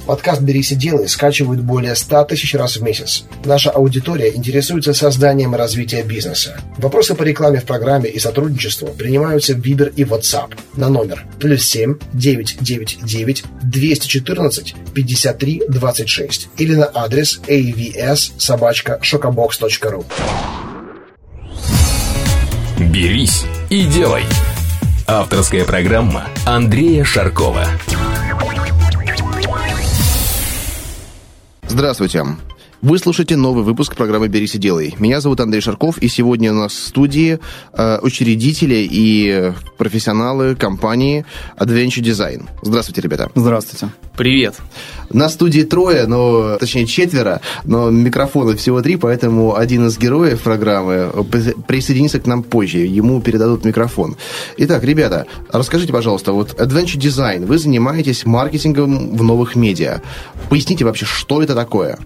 Подкаст «Берись и делай» скачивают более 100 тысяч раз в месяц. Наша аудитория интересуется созданием и развитием бизнеса. Вопросы по рекламе в программе и сотрудничеству принимаются в Viber и WhatsApp на номер +7 999 214 53 26 или на адрес avs@shokabox.ru. «Берись и делай». Авторская программа Андрея Шаркова. Здравствуйте. Вы слушаете новый выпуск программы «Берись и делай». Меня зовут Андрей Шарков, и сегодня у нас в студии учредители и профессионалы компании Adventure Design. Здравствуйте, ребята. Здравствуйте. Привет. На студии трое, точнее четверо, но микрофонов всего 3, поэтому один из героев программы присоединится к нам позже, ему передадут микрофон. Итак, ребята, расскажите, пожалуйста, Adventure Design, вы занимаетесь маркетингом в новых медиа. Поясните вообще, что это такое?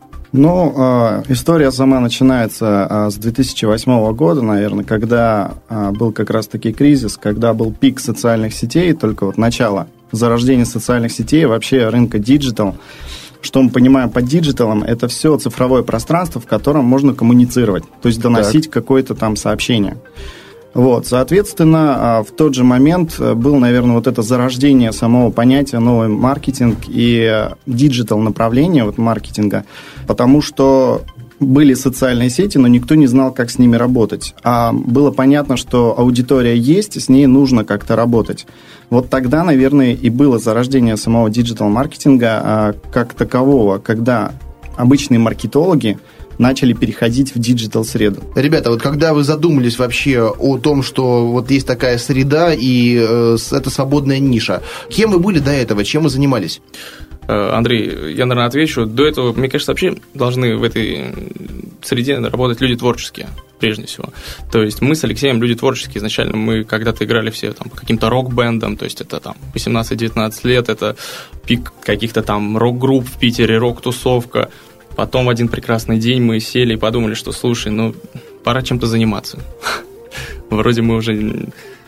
История сама начинается с 2008 года, наверное, когда был как раз-таки кризис, когда был пик социальных сетей, только начало зарождения социальных сетей, вообще рынка диджитал. Что мы понимаем под диджиталом, это все цифровое пространство, в котором можно коммуницировать, то есть доносить какое-то там сообщение. Соответственно, в тот же момент было, наверное, это зарождение самого понятия новый маркетинг и диджитал направления маркетинга, потому что были социальные сети, но никто не знал, как с ними работать. А было понятно, что аудитория есть, и с ней нужно как-то работать. Тогда, наверное, и было зарождение самого диджитал-маркетинга как такового, когда обычные маркетологи начали переходить в диджитал-среду. Ребята, когда вы задумались вообще о том, что есть такая среда и это свободная ниша, кем вы были до этого, чем вы занимались? Андрей, я, наверное, отвечу. До этого, мне кажется, вообще должны в этой среде работать люди творческие, прежде всего. То есть мы с Алексеем люди творческие. Изначально мы когда-то играли все по каким-то рок-бендам, то есть это 18-19 лет, это пик каких-то рок-групп в Питере, рок-тусовка. Потом в один прекрасный день мы сели и подумали, что, слушай, пора чем-то заниматься. Вроде мы уже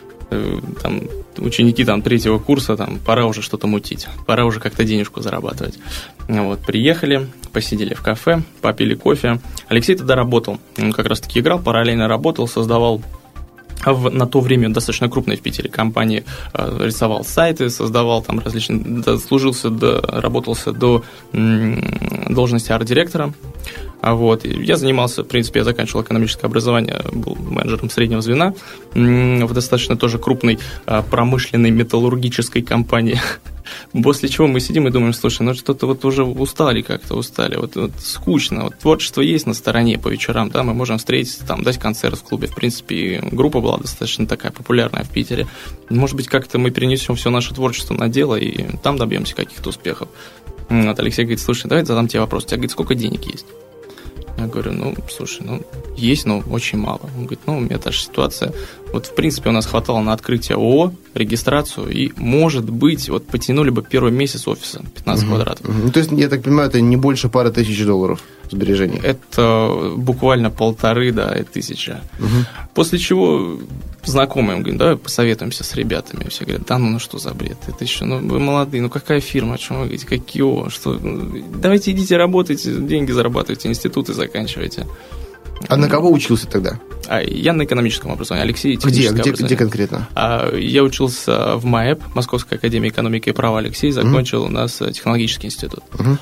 ученики 3-го курса, пора уже что-то мутить, пора уже как-то денежку зарабатывать. Приехали, посидели в кафе, попили кофе. Алексей тогда работал, он как раз-таки играл, параллельно работал, создавал на то время достаточно крупной в Питере компании, рисовал сайты, создавал различные, работался до должности арт-директора. Я занимался, в принципе, я заканчивал экономическое образование, был менеджером среднего звена в достаточно тоже крупной промышленной металлургической компании. После чего мы сидим и думаем, слушай, что-то уже устали, скучно, творчество есть на стороне по вечерам, да, мы можем встретиться, дать концерт в клубе, в принципе, группа была достаточно такая популярная в Питере, может быть, как-то мы перенесем все наше творчество на дело и там добьемся каких-то успехов. Алексей говорит, слушай, давай задам тебе вопрос, у тебя, сколько денег есть? Я говорю, слушай, есть, но очень мало. Он говорит, у меня та же ситуация. В принципе, у нас хватало на открытие ООО, регистрацию, и, может быть, потянули бы первый месяц офиса, 15 квадратов. То есть, я так понимаю, это не больше пары тысяч долларов сбережений? Это буквально 1500. После чего знакомые, говорят, давай посоветуемся с ребятами. Все говорят, что за бред, это еще, вы молодые, какая фирма, о чем вы говорите, какие ООО, что, давайте идите работайте, деньги зарабатывайте, институты заканчивайте. А на кого учился тогда? Я на экономическом образовании, Алексей техническое образование. Где конкретно? Я учился в МАЭП, Московской академии экономики и права. Алексей закончил у нас технологический институт.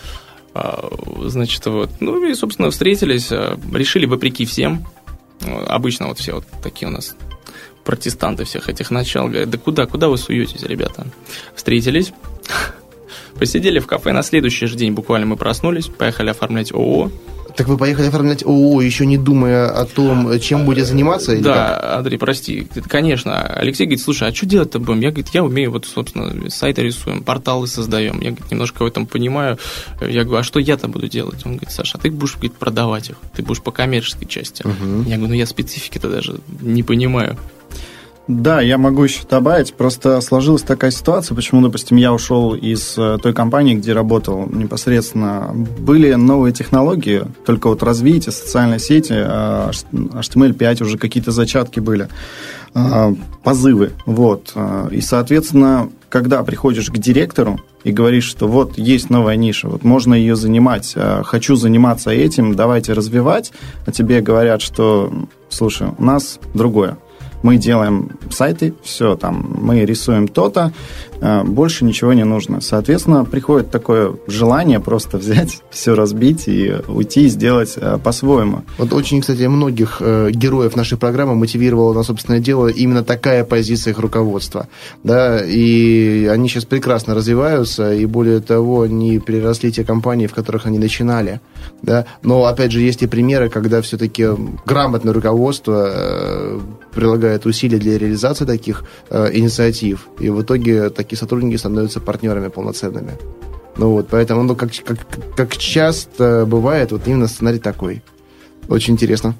И, собственно, встретились, решили вопреки всем. Обычно все такие у нас протестанты всех этих начал, говорят, да куда вы суетесь, ребята? Встретились, посидели в кафе, на следующий же день буквально мы проснулись, поехали оформлять ООО. Так вы поехали оформлять ООО, еще не думая о том, чем будете заниматься? Да, Андрей, прости, конечно. Алексей говорит, слушай, а что делать-то будем? Я умею, собственно, сайты рисуем, порталы создаем. Я, немножко в этом понимаю. Я говорю, а что я-то буду делать? Он говорит, Саша, а ты будешь, продавать их, ты будешь по коммерческой части. Я говорю, я специфики-то даже не понимаю. Да, я могу еще добавить. Просто сложилась такая ситуация, почему, допустим, я ушел из той компании, где работал непосредственно. Были новые технологии, только развитие, социальной сети, HTML5 уже какие-то зачатки были, позывы. И, соответственно, когда приходишь к директору и говоришь, что вот есть новая ниша, вот можно ее занимать, хочу заниматься этим, давайте развивать, а тебе говорят, что, слушай, у нас другое. Мы делаем сайты, все, там, мы рисуем то-то, больше ничего не нужно. Соответственно, приходит такое желание просто взять, все разбить и уйти и сделать по-своему. Вот очень, кстати, многих героев нашей программы мотивировала на собственное дело именно такая позиция их руководства. Да, и они сейчас прекрасно развиваются, и более того, они переросли те компании, в которых они начинали. Да? Но, опять же, есть и примеры, когда все-таки грамотное руководство прилагает усилия для реализации таких инициатив, и в итоге такие сотрудники становятся партнерами полноценными. Ну вот, поэтому, как часто бывает, вот именно сценарий такой. Очень интересно.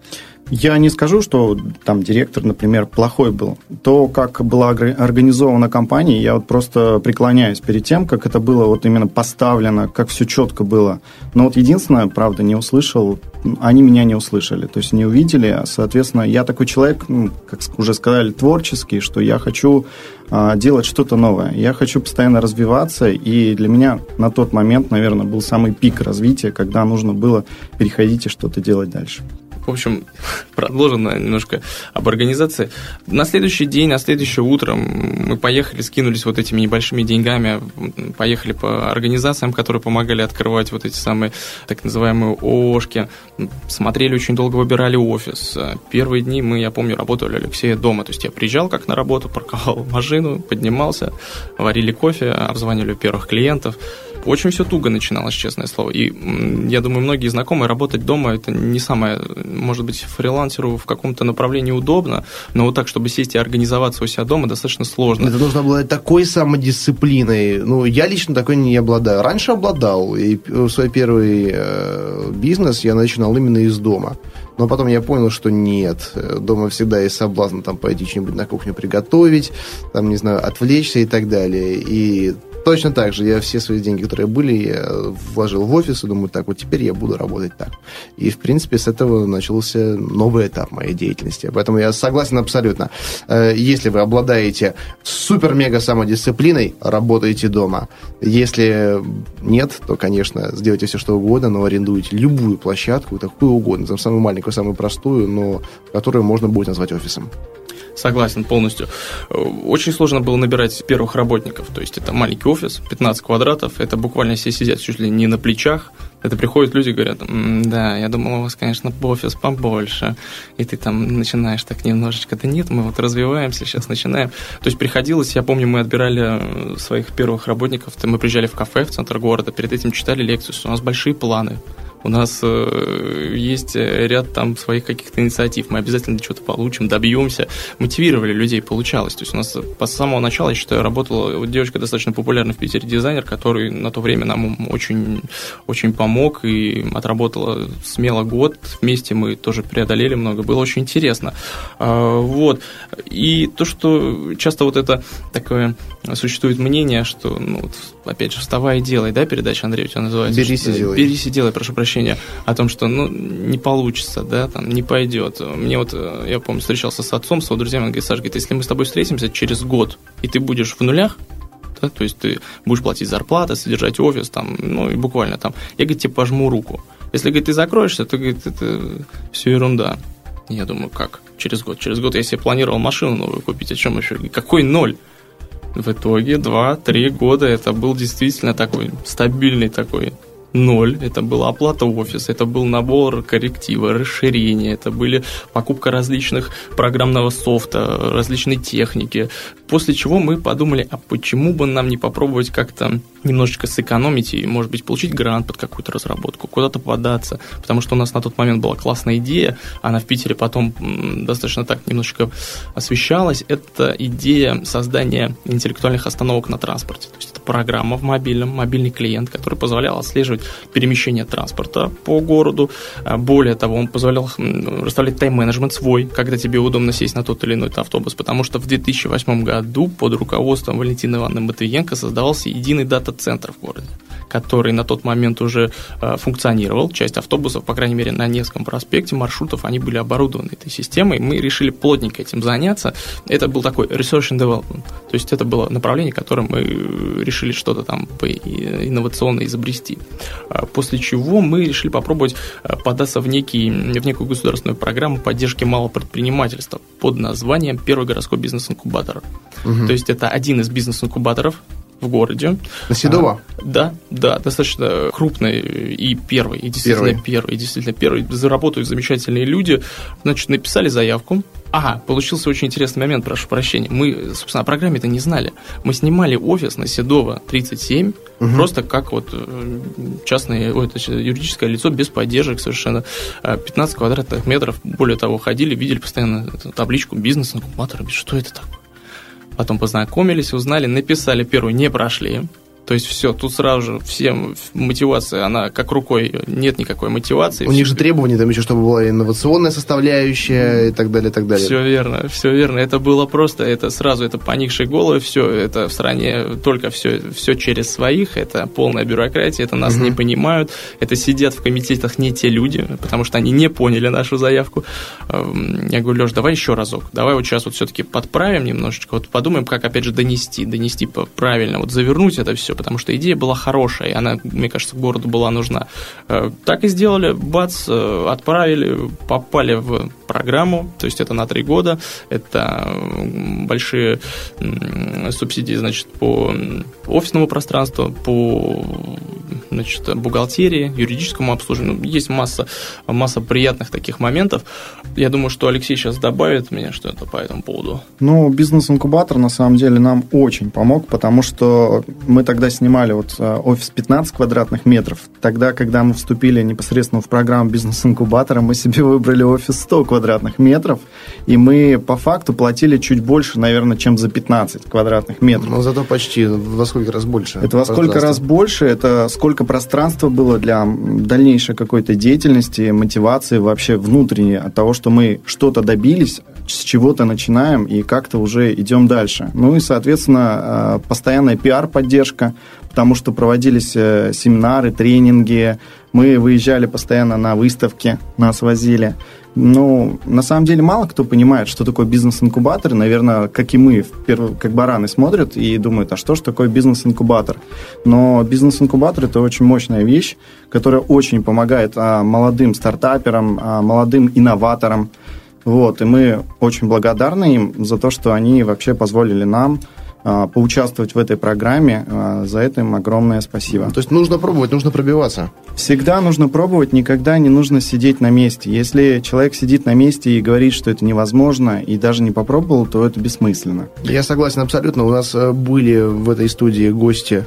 Я не скажу, что там директор, например, плохой был. То, как была организована компания, я вот просто преклоняюсь перед тем, как это было вот именно поставлено, как все четко было. Но вот единственное, правда, не услышал, они меня не услышали, то есть не увидели. Соответственно, я такой человек, как уже сказали, творческий, что я хочу делать что-то новое. Я хочу постоянно развиваться, и для меня на тот момент, наверное, был самый пик развития, когда нужно было переходить и что-то делать дальше. В общем, продолжим немножко об организации. На следующий день, на следующее утро мы поехали, скинулись вот этими небольшими деньгами, поехали по организациям, которые помогали открывать вот эти самые так называемые ООшки. Смотрели, очень долго выбирали офис. Первые дни мы, я помню, работали у Алексея дома. То есть я приезжал как на работу, парковал машину, поднимался, варили кофе, обзванивали первых клиентов. Очень все туго начиналось, честное слово. И я думаю, многие знакомые, работать дома – это не самое, может быть, фрилансеру в каком-то направлении удобно, но вот так, чтобы сесть и организоваться у себя дома, достаточно сложно. Это нужно обладать такой самодисциплиной. Ну, я лично такой не обладаю. Раньше обладал, и свой первый бизнес я начинал именно из дома. Но потом я понял, что нет. Дома всегда есть соблазн там пойти что-нибудь на кухню приготовить, там, не знаю, отвлечься и так далее. И точно так же я все свои деньги, которые были, я вложил в офис и думаю, так, вот теперь я буду работать так. И, в принципе, с этого начался новый этап моей деятельности. Поэтому я согласен абсолютно. Если вы обладаете супер-мега самодисциплиной, работаете дома. Если нет, то, конечно, сделайте все, что угодно, но арендуйте любую площадку, такую угодно, там самую маленькую, самую простую, но которую можно будет назвать офисом. Согласен полностью. Очень сложно было набирать первых работников. То есть это маленький офис, 15 квадратов. Это буквально все сидят чуть ли не на плечах. Это приходят люди и говорят, да, я думал, у вас, конечно, офис побольше. И ты там начинаешь так немножечко, да нет, мы вот развиваемся, сейчас начинаем. То есть приходилось, я помню, мы отбирали своих первых работников, мы приезжали в кафе в центр города, перед этим читали лекцию, что у нас большие планы. У нас есть ряд там своих каких-то инициатив. Мы обязательно что-то получим, добьемся. Мотивировали людей, получалось. То есть у нас с самого начала, я считаю, работала девочка достаточно популярная в Питере, дизайнер, который на то время нам очень, очень помог и отработала смело год. Вместе мы тоже преодолели много. Было очень интересно. Вот. И то, что часто вот это такое существует мнение, что, ну, вот, опять же, вставай и делай, да, передача, Андрей, у тебя называется? Берись и делай. Берись и делай, прошу прощения, о том, что, ну, не получится, да, там, не пойдет. Мне вот, я помню, встречался с отцом, с его друзьями, он говорит, Саша, говорит, если мы с тобой встретимся через год, и ты будешь в нулях, да, то есть ты будешь платить зарплаты, содержать офис, там, ну, и буквально там, я, говорит, тебе пожму руку. Если, говорит, ты закроешься, то, говорит, это все ерунда. Я думаю, как? Через год? Через год я себе планировал машину новую купить, о чем еще? Какой ноль? В итоге 2-3 года это был действительно такой стабильный такой ноль. Это была оплата офиса, это был набор корректива, расширения, это были покупка различных программного софта, различной техники. После чего мы подумали, а почему бы нам не попробовать как-то немножечко сэкономить и, может быть, получить грант под какую-то разработку, куда-то податься, потому что у нас на тот момент была классная идея, она в Питере потом достаточно так немножечко освещалась. Это идея создания интеллектуальных остановок на транспорте. То есть это программа в мобильный клиент, который позволял отслеживать перемещение транспорта по городу. Более того, он позволял расставлять тайм-менеджмент свой, когда тебе удобно сесть на тот или иной автобус, потому что в 2008 году под руководством Валентины Ивановны Матвиенко создавался единый дата-центр в городе, который на тот момент уже функционировал. Часть автобусов, по крайней мере, на Невском проспекте, маршрутов, они были оборудованы этой системой. Мы решили плотненько этим заняться. Это был такой research and development. То есть это было направление, которым мы решили что-то там инновационно изобрести. После чего мы решили попробовать податься в некую государственную программу поддержки малого предпринимательства под названием «Первый городской бизнес-инкубатор». То есть это один из бизнес-инкубаторов в городе. На Седово? Да, достаточно крупный и первый, и действительно первый. Заработают замечательные люди. Значит, написали заявку. Получился очень интересный момент, прошу прощения. Мы, собственно, о программе-то не знали. Мы снимали офис на Седово 37, просто как вот частное, юридическое лицо без поддержек совершенно. 15 квадратных метров. Более того, ходили, видели постоянно эту табличку «Бизнес-инкубатор». Что это такое? Потом познакомились, узнали, написали первую, не прошли. То есть все, тут сразу же всем мотивация, она как рукой, нет никакой мотивации. У них же требования, там еще, чтобы была инновационная составляющая и так далее, и так далее. Все верно. Это было просто, это сразу, это поникшие головы, все, это в стране только все через своих, это полная бюрократия, это нас не понимают, это сидят в комитетах не те люди, потому что они не поняли нашу заявку. Я говорю: Леш, давай еще разок, давай вот сейчас вот все-таки подправим немножечко, вот подумаем, как опять же донести правильно, вот завернуть это все, потому что идея была хорошая, и она, мне кажется, городу была нужна. Так и сделали, бац, отправили, попали в программу, то есть это на 3 года, это большие субсидии, значит, по офисному пространству, по, значит, бухгалтерии, юридическому обслуживанию. Есть масса приятных таких моментов. Я думаю, что Алексей сейчас добавит мне что-то по этому поводу. Бизнес-инкубатор, на самом деле, нам очень помог, потому что мы тогда снимали офис 15 квадратных метров. Тогда, когда мы вступили непосредственно в программу бизнес-инкубатора, мы себе выбрали офис 100 квадратных метров, и мы по факту платили чуть больше, наверное, чем за 15 квадратных метров. Но зато почти во сколько раз больше. Это во сколько раз больше, это сколько пространства было для дальнейшей какой-то деятельности, мотивации вообще внутренней от того, что мы что-то добились, с чего-то начинаем и как-то уже идем дальше. И, соответственно, постоянная пиар-поддержка, потому что проводились семинары, тренинги, мы выезжали постоянно на выставки, нас возили. На самом деле мало кто понимает, что такое бизнес-инкубатор. Наверное, как и мы, как бараны смотрят и думают, что же такое бизнес-инкубатор. Но бизнес-инкубатор – это очень мощная вещь, которая очень помогает молодым стартаперам, молодым инноваторам. И мы очень благодарны им за то, что они вообще позволили нам поучаствовать в этой программе. За это им огромное спасибо. То есть нужно пробовать, нужно пробиваться. Всегда нужно пробовать, никогда не нужно сидеть на месте. Если человек сидит на месте и говорит, что это невозможно, и даже не попробовал, то это бессмысленно. Я согласен абсолютно. У нас были в этой студии гости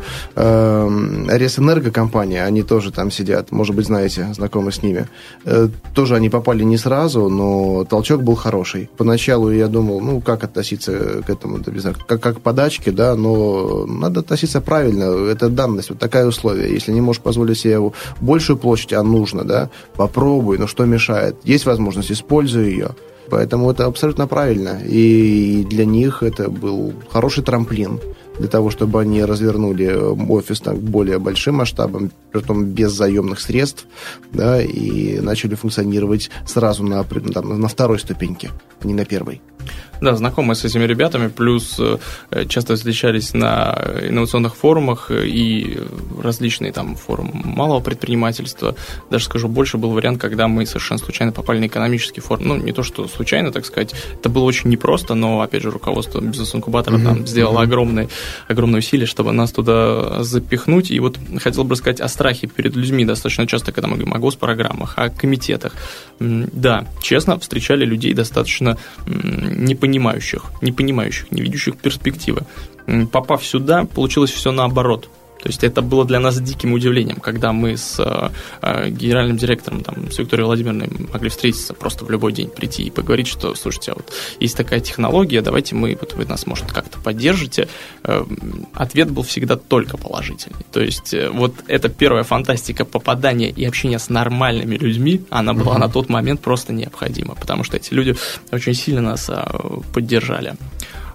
Ресэнерго компания, они тоже там сидят, может быть, знаете, знакомы с ними. Тоже они попали не сразу, но толчок был хороший. Поначалу я думал, как относиться к этому, как к подачке, да, но надо относиться правильно, это данность, вот такое условие. Если не можешь позволить себе большую площадь, а нужно, да, попробуй, но что мешает? Есть возможность, используй ее. Поэтому это абсолютно правильно. И для них это был хороший трамплин для того, чтобы они развернули офис к более большим масштабам, притом без заемных средств, да, и начали функционировать сразу на второй ступеньке, а не на первой. Да, знакомы с этими ребятами, плюс часто встречались на инновационных форумах и различные там форумы малого предпринимательства. Даже скажу больше, был вариант, когда мы совершенно случайно попали на экономический форум. Не то, что случайно, так сказать, это было очень непросто, но, опять же, руководство бизнес-инкубатора там сделало огромные усилия, чтобы нас туда запихнуть. И вот хотел бы рассказать о страхе перед людьми достаточно часто, когда мы говорим о госпрограммах, о комитетах. Да, честно, встречали людей достаточно не понимающих, не видящих перспективы. Попав сюда, получилось все наоборот. То есть это было для нас диким удивлением, когда мы с генеральным директором, с Викторией Владимировной могли встретиться просто в любой день, прийти и поговорить, что, слушайте, вот есть такая технология, давайте вы нас, может, как-то поддержите. Ответ был всегда только положительный. То есть вот эта первая фантастика попадания и общения с нормальными людьми, она была на тот момент просто необходима, потому что эти люди очень сильно нас поддержали.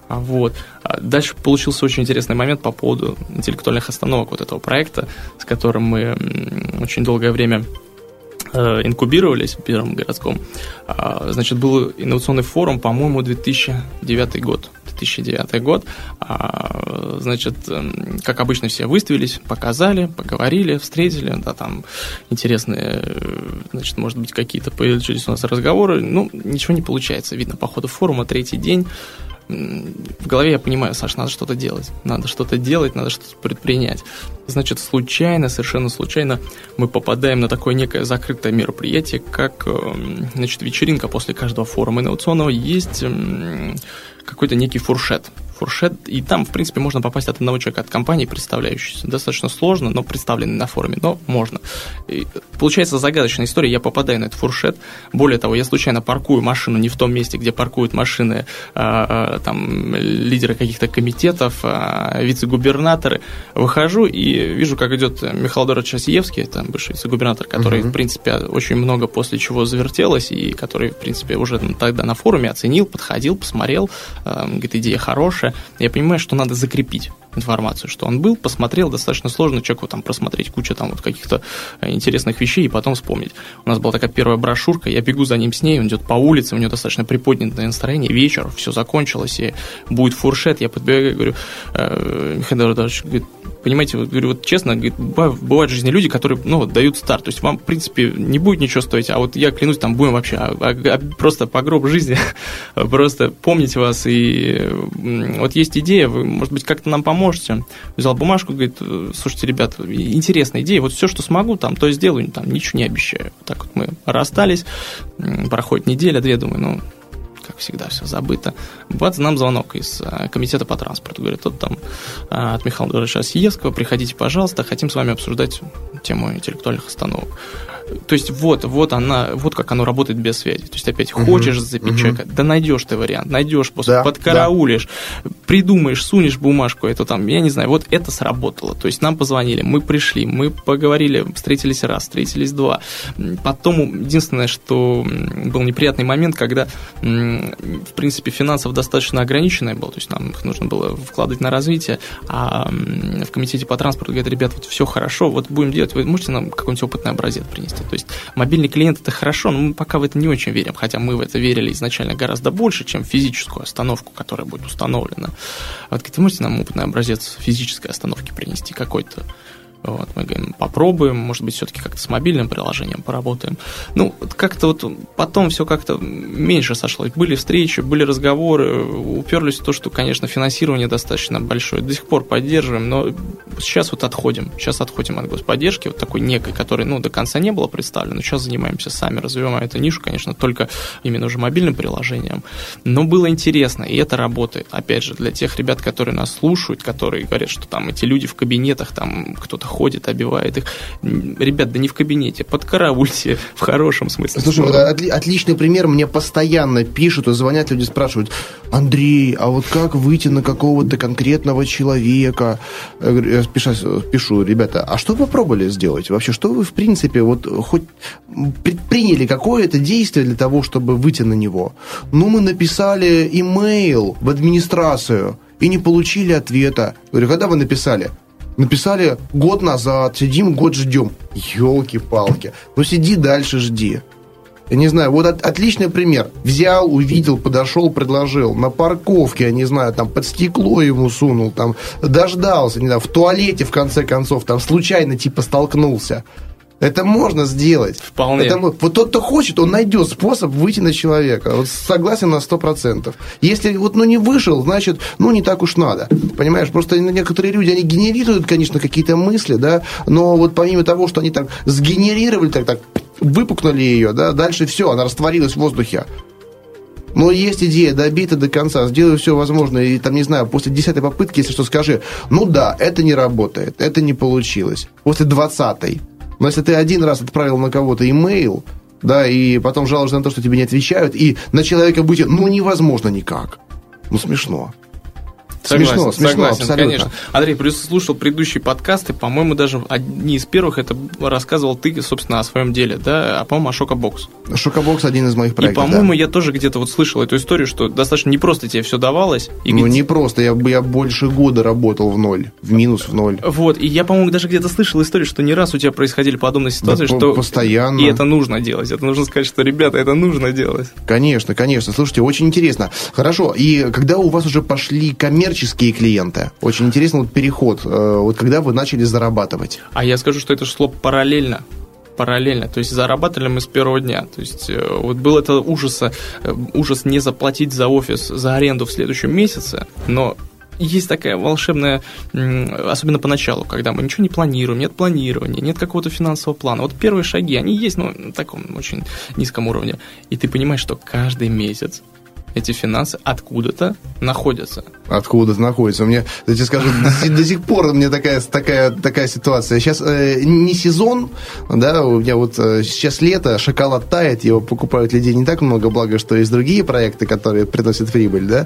Вот. Дальше получился очень интересный момент по поводу интеллектуальных остановок вот этого проекта, с которым мы очень долгое время инкубировались в Первом городском. Значит, был инновационный форум, по-моему, 2009 год. 2009 год. Значит, как обычно, все выставились, показали, поговорили, встретили, да, там интересные, значит, может быть, какие-то появились у нас разговоры. Ну, ничего не получается. Видно, по ходу форума, 3-й день. В голове я понимаю, Саш, надо что-то делать, надо что-то предпринять. Значит, совершенно случайно мы попадаем на такое некое закрытое мероприятие, как, значит, вечеринка после каждого форума инновационного. Есть какой-то некий фуршет, и там, в принципе, можно попасть от одного человека, от компании, представляющейся. Достаточно сложно, но представленный на форуме, но можно. И получается загадочная история, я попадаю на этот фуршет, более того, я случайно паркую машину не в том месте, где паркуют машины там, лидеры каких-то комитетов, вице-губернаторы. Выхожу и вижу, как идет Михаил Эдуардович Асиевский, это бывший вице-губернатор, который, в принципе, очень много после чего завертелось, и который, в принципе, уже тогда на форуме оценил, подходил, посмотрел, говорит, идея хорошая. Я понимаю, что надо закрепить информацию, что он был, посмотрел, достаточно сложно человеку там просмотреть кучу там вот каких-то интересных вещей и потом вспомнить. У нас была такая первая брошюрка, я бегу за ним с ней, он идет по улице, у него достаточно приподнятое настроение, вечер, все закончилось, и будет фуршет, я подбегаю, говорю, Михаил Эдуардович, говорит, понимаете, говорю, вот честно, говорит, бывают в жизни люди, которые, ну, вот, дают старт, то есть вам, в принципе, не будет ничего стоить, а вот я клянусь, там будем вообще просто по гробу жизни, просто помнить вас, и вот есть идея, вы, может быть, как-то нам поможете. Взял бумажку, говорит, слушайте, ребят, интересная идея, вот все, что смогу, там, то сделаю, там, ничего не обещаю. Так вот мы расстались, проходит неделя, 2, думаю, ну, как всегда, все забыто. Бац, нам звонок из комитета по транспорту. Говорит, вот там от Михаила Эдуардовича Асиевского, приходите, пожалуйста, хотим с вами обсуждать тему интеллектуальных остановок. То есть вот как оно работает без связи. То есть опять хочешь зацепить человека, да найдешь ты вариант, найдешь способ, подкараулишь, придумаешь, сунешь бумажку, это там, я не знаю, вот это сработало. То есть нам позвонили, мы пришли, мы поговорили, встретились раз, встретились 2. Потом единственное, что был неприятный момент, когда, в принципе, финансов достаточно ограниченное было, то есть нам их нужно было вкладывать на развитие, а в комитете по транспорту говорят, ребят, вот все хорошо, вот будем делать, вы можете нам какой-нибудь опытный образец принести? То есть мобильный клиент – это хорошо, но мы пока в это не очень верим, хотя мы в это верили изначально гораздо больше, чем в физическую остановку, которая будет установлена. Вот, говорите, можете нам опытный образец физической остановки принести какой-то? Вот, мы говорим, попробуем, может быть, все-таки как-то с мобильным приложением поработаем. Ну, как-то вот потом все как-то меньше сошло. Были встречи, были разговоры, уперлись в то, что, конечно, финансирование достаточно большое. До сих пор поддерживаем, но сейчас вот отходим. Сейчас отходим от господдержки, вот такой некой, которой, ну, до конца не было представлено. Сейчас занимаемся сами, развиваем эту нишу, конечно, только именно уже мобильным приложением. Но было интересно, и это работает. Опять же, для тех ребят, которые нас слушают, которые говорят, что там эти люди в кабинетах, там кто-то ходит, обивает их. Ребят, да не в кабинете, подкараульте в хорошем смысле. Слушай, вот отличный пример. Мне постоянно пишут и звонят, люди спрашивают: Андрей, а вот как выйти на какого-то конкретного человека? Я пишу, ребята, а что вы пробовали сделать? Вообще, что вы, в принципе, вот хоть предприняли какое-то действие для того, чтобы выйти на него? Ну, мы написали имейл в администрацию и не получили ответа. Говорю, когда вы написали? Написали год назад, сидим, год ждем. Ёлки-палки. Ну, сиди дальше, жди. Я не знаю, вот отличный пример. Взял, увидел, подошел, предложил. На парковке, я не знаю, там под стекло ему сунул, там дождался, не знаю, в туалете, в конце концов, там случайно типа столкнулся. Это можно сделать. Вполне. Это, вот тот, кто хочет, он найдет способ выйти на человека. Вот согласен на 100%. Если вот, ну, не вышел, значит, ну, не так уж надо. Понимаешь, просто некоторые люди, они генерируют, конечно, какие-то мысли, да, но вот помимо того, что они так сгенерировали, так выпукнули ее, да, дальше все, она растворилась в воздухе. Но есть идея, добита до конца, сделаю все возможное, и там, не знаю, после 10-й попытки, если что, скажи, ну да, это не работает, это не получилось. После 20-й. Но если ты один раз отправил на кого-то имейл, да, и потом жалуешься на то, что тебе не отвечают, и на человека выйти, ну, невозможно никак. Ну, смешно. Смешно, согласен, абсолютно. конечно. Андрей, плюс слушал предыдущие подкасты, по-моему, даже одни из первых это рассказывал ты, собственно, о своем деле, да, по-моему, о Шокобокс. Шокобокс один из моих проектов. И, по-моему, я тоже где-то вот слышал эту историю, что достаточно непросто тебе все давалось. Не просто, я больше года работал в ноль, в минус в ноль. Вот, и я, по-моему, даже где-то слышал историю, что не раз у тебя происходили подобные ситуации, да, что... Постоянно. И это нужно делать, это нужно сказать, что, ребята, это нужно делать. Конечно, слушайте, очень интересно. Хорошо, и когда у вас уже пошли коммерческие клиенты, очень интересно вот переход, вот когда вы начали зарабатывать. А я скажу, что это шло параллельно, то есть зарабатывали мы с первого дня, то есть вот был это ужас не заплатить за офис, за аренду в следующем месяце, но есть такая волшебная, особенно поначалу, когда мы ничего не планируем, нет планирования, нет какого-то финансового плана. Вот первые шаги, они есть, но на таком очень низком уровне. И ты понимаешь, что каждый месяц эти финансы откуда-то находятся. Откуда-то находятся. У меня, я тебе скажу, до сих пор у меня такая ситуация. Сейчас не сезон, да, у меня вот сейчас лето, шоколад тает, его покупают людей не так много, благо, что есть другие проекты, которые приносят прибыль, да,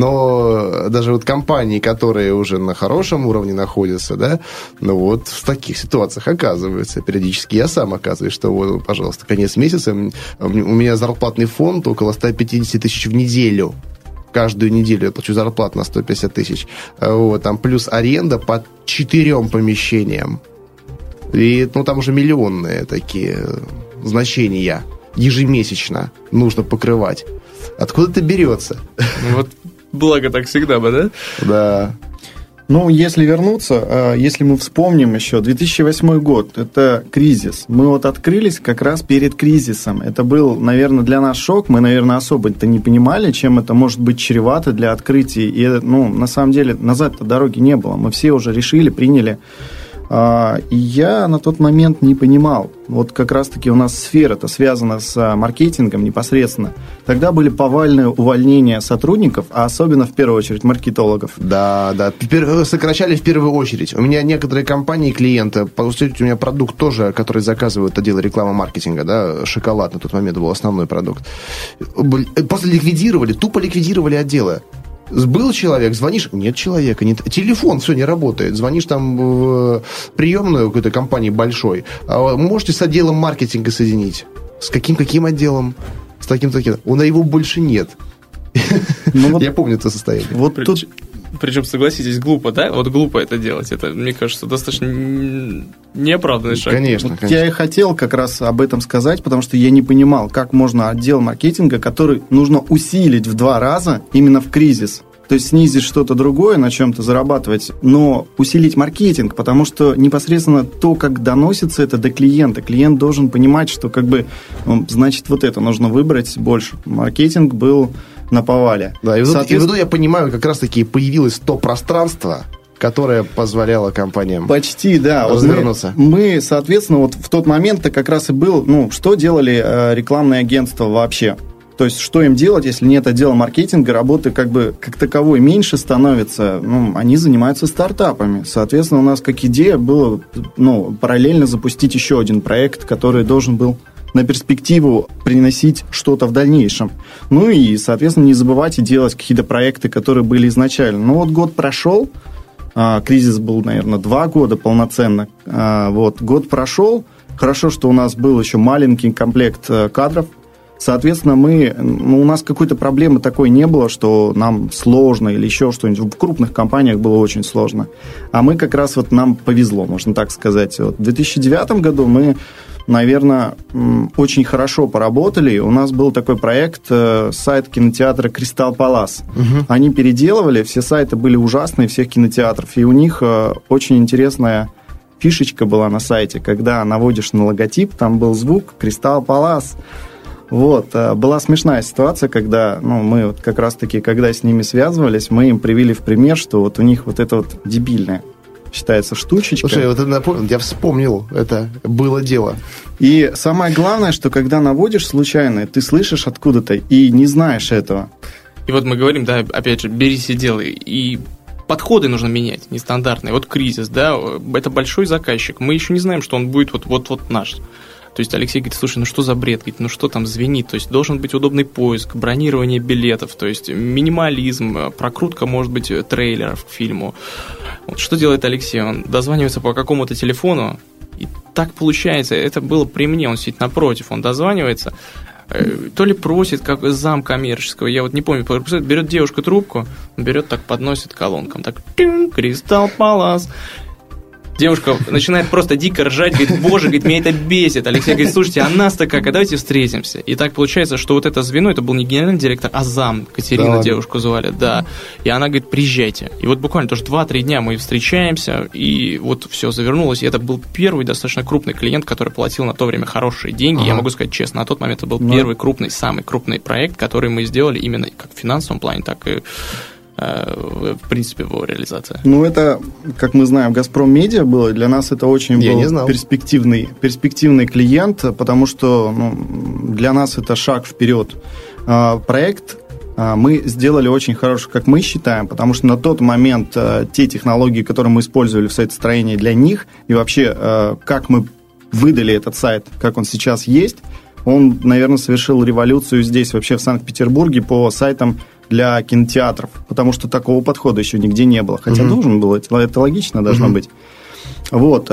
но даже вот компании, которые уже на хорошем уровне находятся, да, ну вот в таких ситуациях оказываются. Периодически я сам оказываюсь, что вот, пожалуйста, конец месяца, у меня зарплатный фонд около 150 тысяч в неделю. Каждую неделю я плачу зарплату на 150 тысяч. Вот, там плюс аренда по 4 помещениям. И там уже миллионные такие значения ежемесячно нужно покрывать. Откуда это берется? Вот благо так всегда бы, да? Да. Ну, если вернуться, если мы вспомним еще 2008 год, это кризис. Мы вот открылись как раз перед кризисом. Это был, наверное, для нас шок. Мы, наверное, особо-то не понимали, чем это может быть чревато для открытий. И, на самом деле, назад-то дороги не было. Мы все уже решили, приняли. И я на тот момент не понимал. Вот как раз-таки у нас сфера-то связана с маркетингом непосредственно. Тогда были повальные увольнения сотрудников, а особенно в первую очередь маркетологов. Да. Сокращали в первую очередь. У меня некоторые компании, клиенты, по сути, у меня продукт тоже, который заказывают отдел рекламы маркетинга, да, шоколад на тот момент был основной продукт. Просто тупо ликвидировали отделы. Был человек, звонишь, нет человека, нет, телефон, все не работает. Звонишь там в приемную какой-то компании большой, можете с отделом маркетинга соединить. С каким отделом? С таким-таким. Его больше нет. Я помню это состояние. Вот тут... Причем, согласитесь, глупо, да? Вот глупо это делать. Это, мне кажется, достаточно неоправданный шаг. Конечно. Я и хотел как раз об этом сказать, потому что я не понимал, как можно отдел маркетинга, который нужно усилить в 2 раза именно в кризис. То есть снизить что-то другое, на чем-то зарабатывать, но усилить маркетинг, потому что непосредственно то, как доносится это до клиента, клиент должен понимать, что значит вот это нужно выбрать больше. Маркетинг был на повале. Да, и вот я понимаю, как раз-таки появилось то пространство, которое позволяло компаниям почти, да, развернуться. Мы, соответственно, вот в тот момент-то как раз и был, что делали рекламные агентства вообще? То есть, что им делать, если нет отдела маркетинга, работы как таковой меньше становится, они занимаются стартапами. Соответственно, у нас как идея было, параллельно запустить еще один проект, который должен был на перспективу приносить что-то в дальнейшем. И, соответственно, не забывать и делать какие-то проекты, которые были изначально. Вот год прошел, кризис был, наверное, 2 года полноценно. Год прошел, хорошо, что у нас был еще маленький комплект кадров. Соответственно, у нас какой-то проблемы такой не было, что нам сложно или еще что-нибудь. В крупных компаниях было очень сложно. А мы как раз нам повезло, можно так сказать. В 2009 году мы, наверное, очень хорошо поработали. У нас был такой проект, сайт кинотеатра «Кристалл Палас». Угу. Они переделывали, все сайты были ужасные, всех кинотеатров. И у них очень интересная фишечка была на сайте. Когда наводишь на логотип, там был звук «Кристалл Палас». Была смешная ситуация, когда мы как раз-таки, когда с ними связывались, мы им привели в пример, что у них это дебильное считается штучечка. Слушай, это напомнил, я вспомнил, это было дело. И самое главное, что когда наводишь случайно, ты слышишь откуда-то и не знаешь этого. И мы говорим, да, опять же, берись и делай. И подходы нужно менять, нестандартные. Кризис, да, это большой заказчик. Мы еще не знаем, что он будет вот наш. То есть Алексей говорит, слушай, ну что за бред? Говорит, ну что там звенит? То есть должен быть удобный поиск, бронирование билетов, то есть минимализм, прокрутка, может быть, трейлеров к фильму. Вот что делает Алексей? Он дозванивается по какому-то телефону, и так получается, это было при мне, он сидит напротив, он дозванивается, то ли просит, как зам коммерческого, я вот не помню, берет девушка трубку, берет так, подносит колонкам, так, Кристалл Палас. Девушка начинает просто дико ржать, говорит, боже, говорит, меня это бесит. Алексей говорит, слушайте, а нас-то как, а давайте встретимся. И так получается, что вот это звено, это был не генеральный директор, а зам, Катерина, да, девушку звали, да. И она говорит, приезжайте. И вот буквально тоже 2-3 дня мы встречаемся, и вот все завернулось. И это был первый достаточно крупный клиент, который платил на то время хорошие деньги. Ага. Я могу сказать честно, на тот момент это был первый крупный, самый крупный проект, который мы сделали именно как в финансовом плане, так и в принципе, его реализация. Ну, это, как мы знаем, «Газпром Медиа» было. Для нас это очень был перспективный клиент, потому что для нас это шаг вперед. Проект мы сделали очень хороший, как мы считаем, потому что на тот момент те технологии, которые мы использовали в сайтостроении для них, и вообще, как мы выдали этот сайт, как он сейчас есть, он, наверное, совершил революцию здесь, вообще в Санкт-Петербурге, по сайтам для кинотеатров, потому что такого подхода еще нигде не было. Хотя должен был, это логично должно быть. Вот.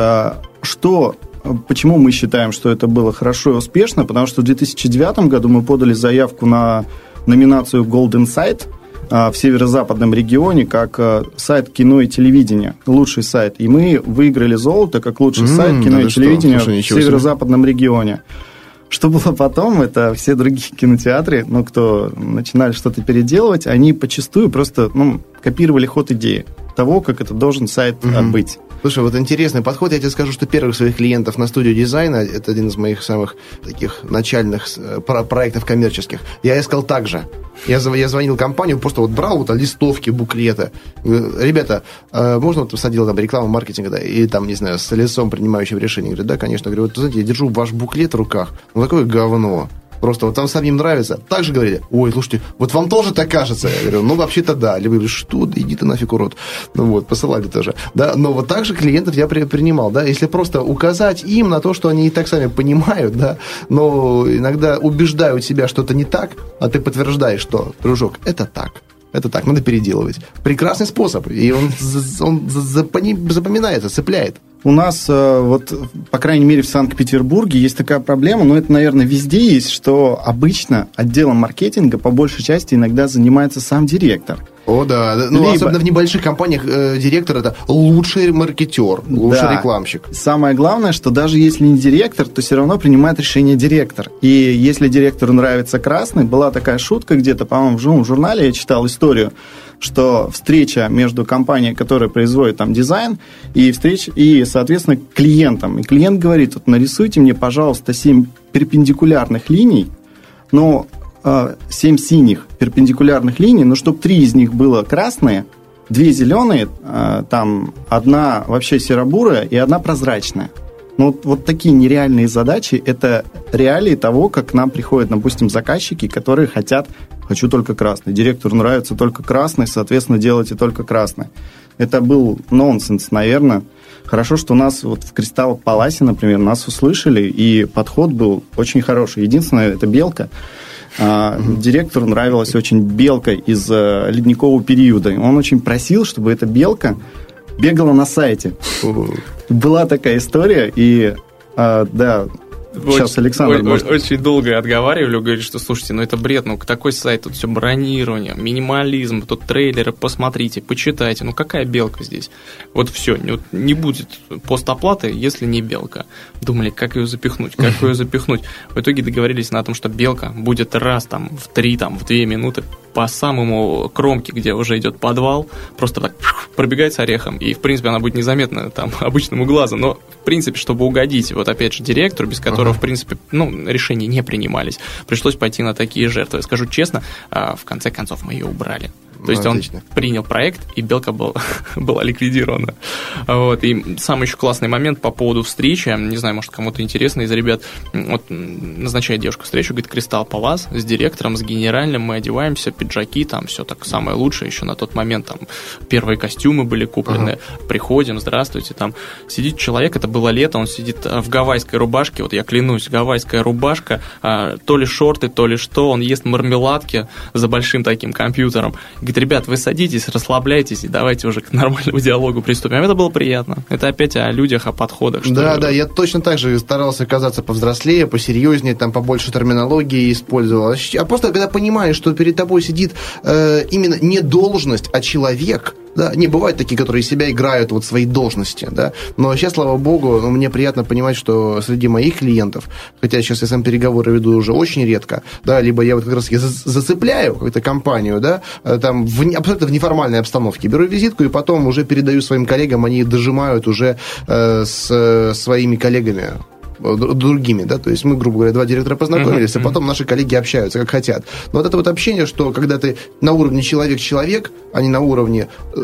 Почему мы считаем, что это было хорошо и успешно? Потому что в 2009 году мы подали заявку на номинацию Golden Site в северо-западном регионе как сайт кино и телевидения, лучший сайт. И мы выиграли золото как лучший сайт кино и телевидения в северо-западном регионе. Что было потом, это все другие кинотеатры, кто начинали что-то переделывать, они почастую просто копировали ход идеи того, как это должен сайт быть. Слушай, вот интересный подход. Я тебе скажу, что первых своих клиентов на студию дизайна, это один из моих самых таких начальных проектов коммерческих, я искал так же. Я звонил компанию, просто вот брал листовки, буклеты. Ребята, можно садил там рекламу, маркетинг, да, и там, не знаю, с лицом, принимающим решение. Говорю, да, конечно. Говорю, вот, знаете, я держу ваш буклет в руках. Такое говно. Просто вот там самим нравится. Так же говорили, ой, слушайте, вот вам тоже так кажется? Я говорю, вообще-то да. Либо говорю, что, да иди ты нафиг, урод. Посылали тоже. Да, но вот так же клиентов я принимал, да, если просто указать им на то, что они и так сами понимают, да, но иногда убеждают себя, что это не так, а ты подтверждаешь, что, дружок, это так. Это так, надо переделывать. Прекрасный способ, и он запоминается, цепляет. У нас, по крайней мере, в Санкт-Петербурге есть такая проблема, но это, наверное, везде есть, что обычно отделом маркетинга по большей части иногда занимается сам директор. О, да. Особенно в небольших компаниях директор – это лучший маркетер, лучший рекламщик. Самое главное, что даже если не директор, то все равно принимает решение директор. И если директору нравится красный, была такая шутка где-то, по-моему, в журнале я читал историю, что встреча между компанией, которая производит там дизайн, и соответственно, клиентом. И клиент говорит, вот нарисуйте мне, пожалуйста, 7 перпендикулярных линий, 7 синих перпендикулярных линий, но чтобы 3 из них было красные, 2 зеленые, там 1 вообще серо-бурая и 1 прозрачная. Вот такие нереальные задачи, это реалии того, как к нам приходят, допустим, заказчики, которые хочу только красный. Директору нравится только красный, соответственно, делайте только красный. Это был нонсенс, наверное. Хорошо, что у нас вот в Кристалл Паласе, например, нас услышали, и подход был очень хороший. Единственное, это белка. Директору нравилась очень белка из ледникового периода. Он очень просил, чтобы эта белка бегала на сайте. Была такая история, и сейчас Александр очень долго отговаривали, говорит, что слушайте, это бред, такой сайт, тут все бронирование, минимализм, тут трейлеры, посмотрите, почитайте, какая белка здесь? Вот все, не будет постоплаты, если не белка. Думали, как ее запихнуть. В итоге договорились на том, что белка будет раз в 3, в 2 минуты по самому кромке, где уже идет подвал, просто так пробегает с орехом, и, в принципе, она будет незаметна обычному глазу, но, в принципе, чтобы угодить, опять же, директору, без которого, в принципе, решения не принимались, пришлось пойти на такие жертвы. Скажу честно, в конце концов, мы ее убрали. То есть он принял проект, и Белка была ликвидирована. Вот. И самый еще классный момент по поводу встречи, не знаю, может, кому-то интересно из ребят, вот назначает девушку встречу, говорит, Crystal Palace с директором, с генеральным, мы одеваемся, пиджаки, там все так самое лучшее, еще на тот момент там первые костюмы были куплены, приходим, здравствуйте, там сидит человек, это было лето, он сидит в гавайской рубашке, вот я клянусь, гавайская рубашка, то ли шорты, то ли что, он ест мармеладки за большим таким компьютером. Говорит, ребят, вы садитесь, расслабляйтесь и давайте уже к нормальному диалогу приступим. Это было приятно. Это опять о людях, о подходах. Да, я точно так же старался казаться повзрослее, посерьезнее, там побольше терминологии использовал. А просто когда понимаешь, что перед тобой сидит именно не должность, а человек. Да, не бывают такие, которые из себя играют вот свои должности, да. Но сейчас, слава богу, мне приятно понимать, что среди моих клиентов, хотя сейчас я сам переговоры веду уже очень редко, да, либо я вот как раз зацепляю какую-то компанию, да, там абсолютно в неформальной обстановке, беру визитку и потом уже передаю своим коллегам, они дожимают уже с своими коллегами другими, да, то есть мы, грубо говоря, два директора познакомились, а потом наши коллеги общаются, как хотят. Но вот это вот общение, что когда ты на уровне человек-человек, а не на уровне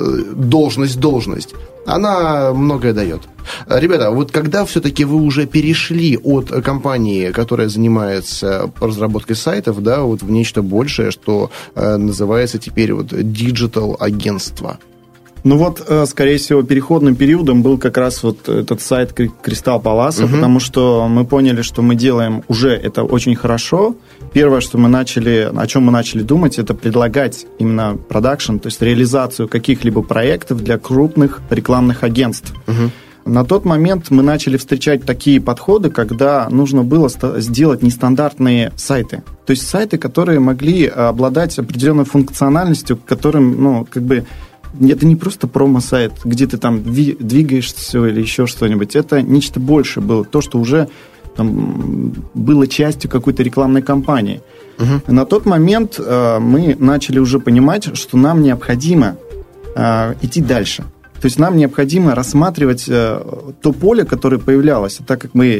должность, она многое дает. Ребята, вот когда все-таки вы уже перешли от компании, которая занимается разработкой сайтов, да, вот в нечто большее, что называется теперь вот диджитал-агентство? Ну вот, скорее всего, переходным периодом был как раз вот этот сайт Crystal Palace, потому что мы поняли, что мы делаем уже это очень хорошо. Первое, что о чем мы начали думать, это предлагать именно продакшн, то есть реализацию каких-либо проектов для крупных рекламных агентств. На тот момент мы начали встречать такие подходы, когда нужно было сделать нестандартные сайты. То есть сайты, которые могли обладать определенной функциональностью, которым, это не просто промо-сайт, где ты там двигаешься или еще что-нибудь. Это нечто большее было. То, что уже там, было частью какой-то рекламной кампании. На тот момент мы начали уже понимать, что нам необходимо идти дальше. То есть нам необходимо рассматривать то поле, которое появлялось. Так как мы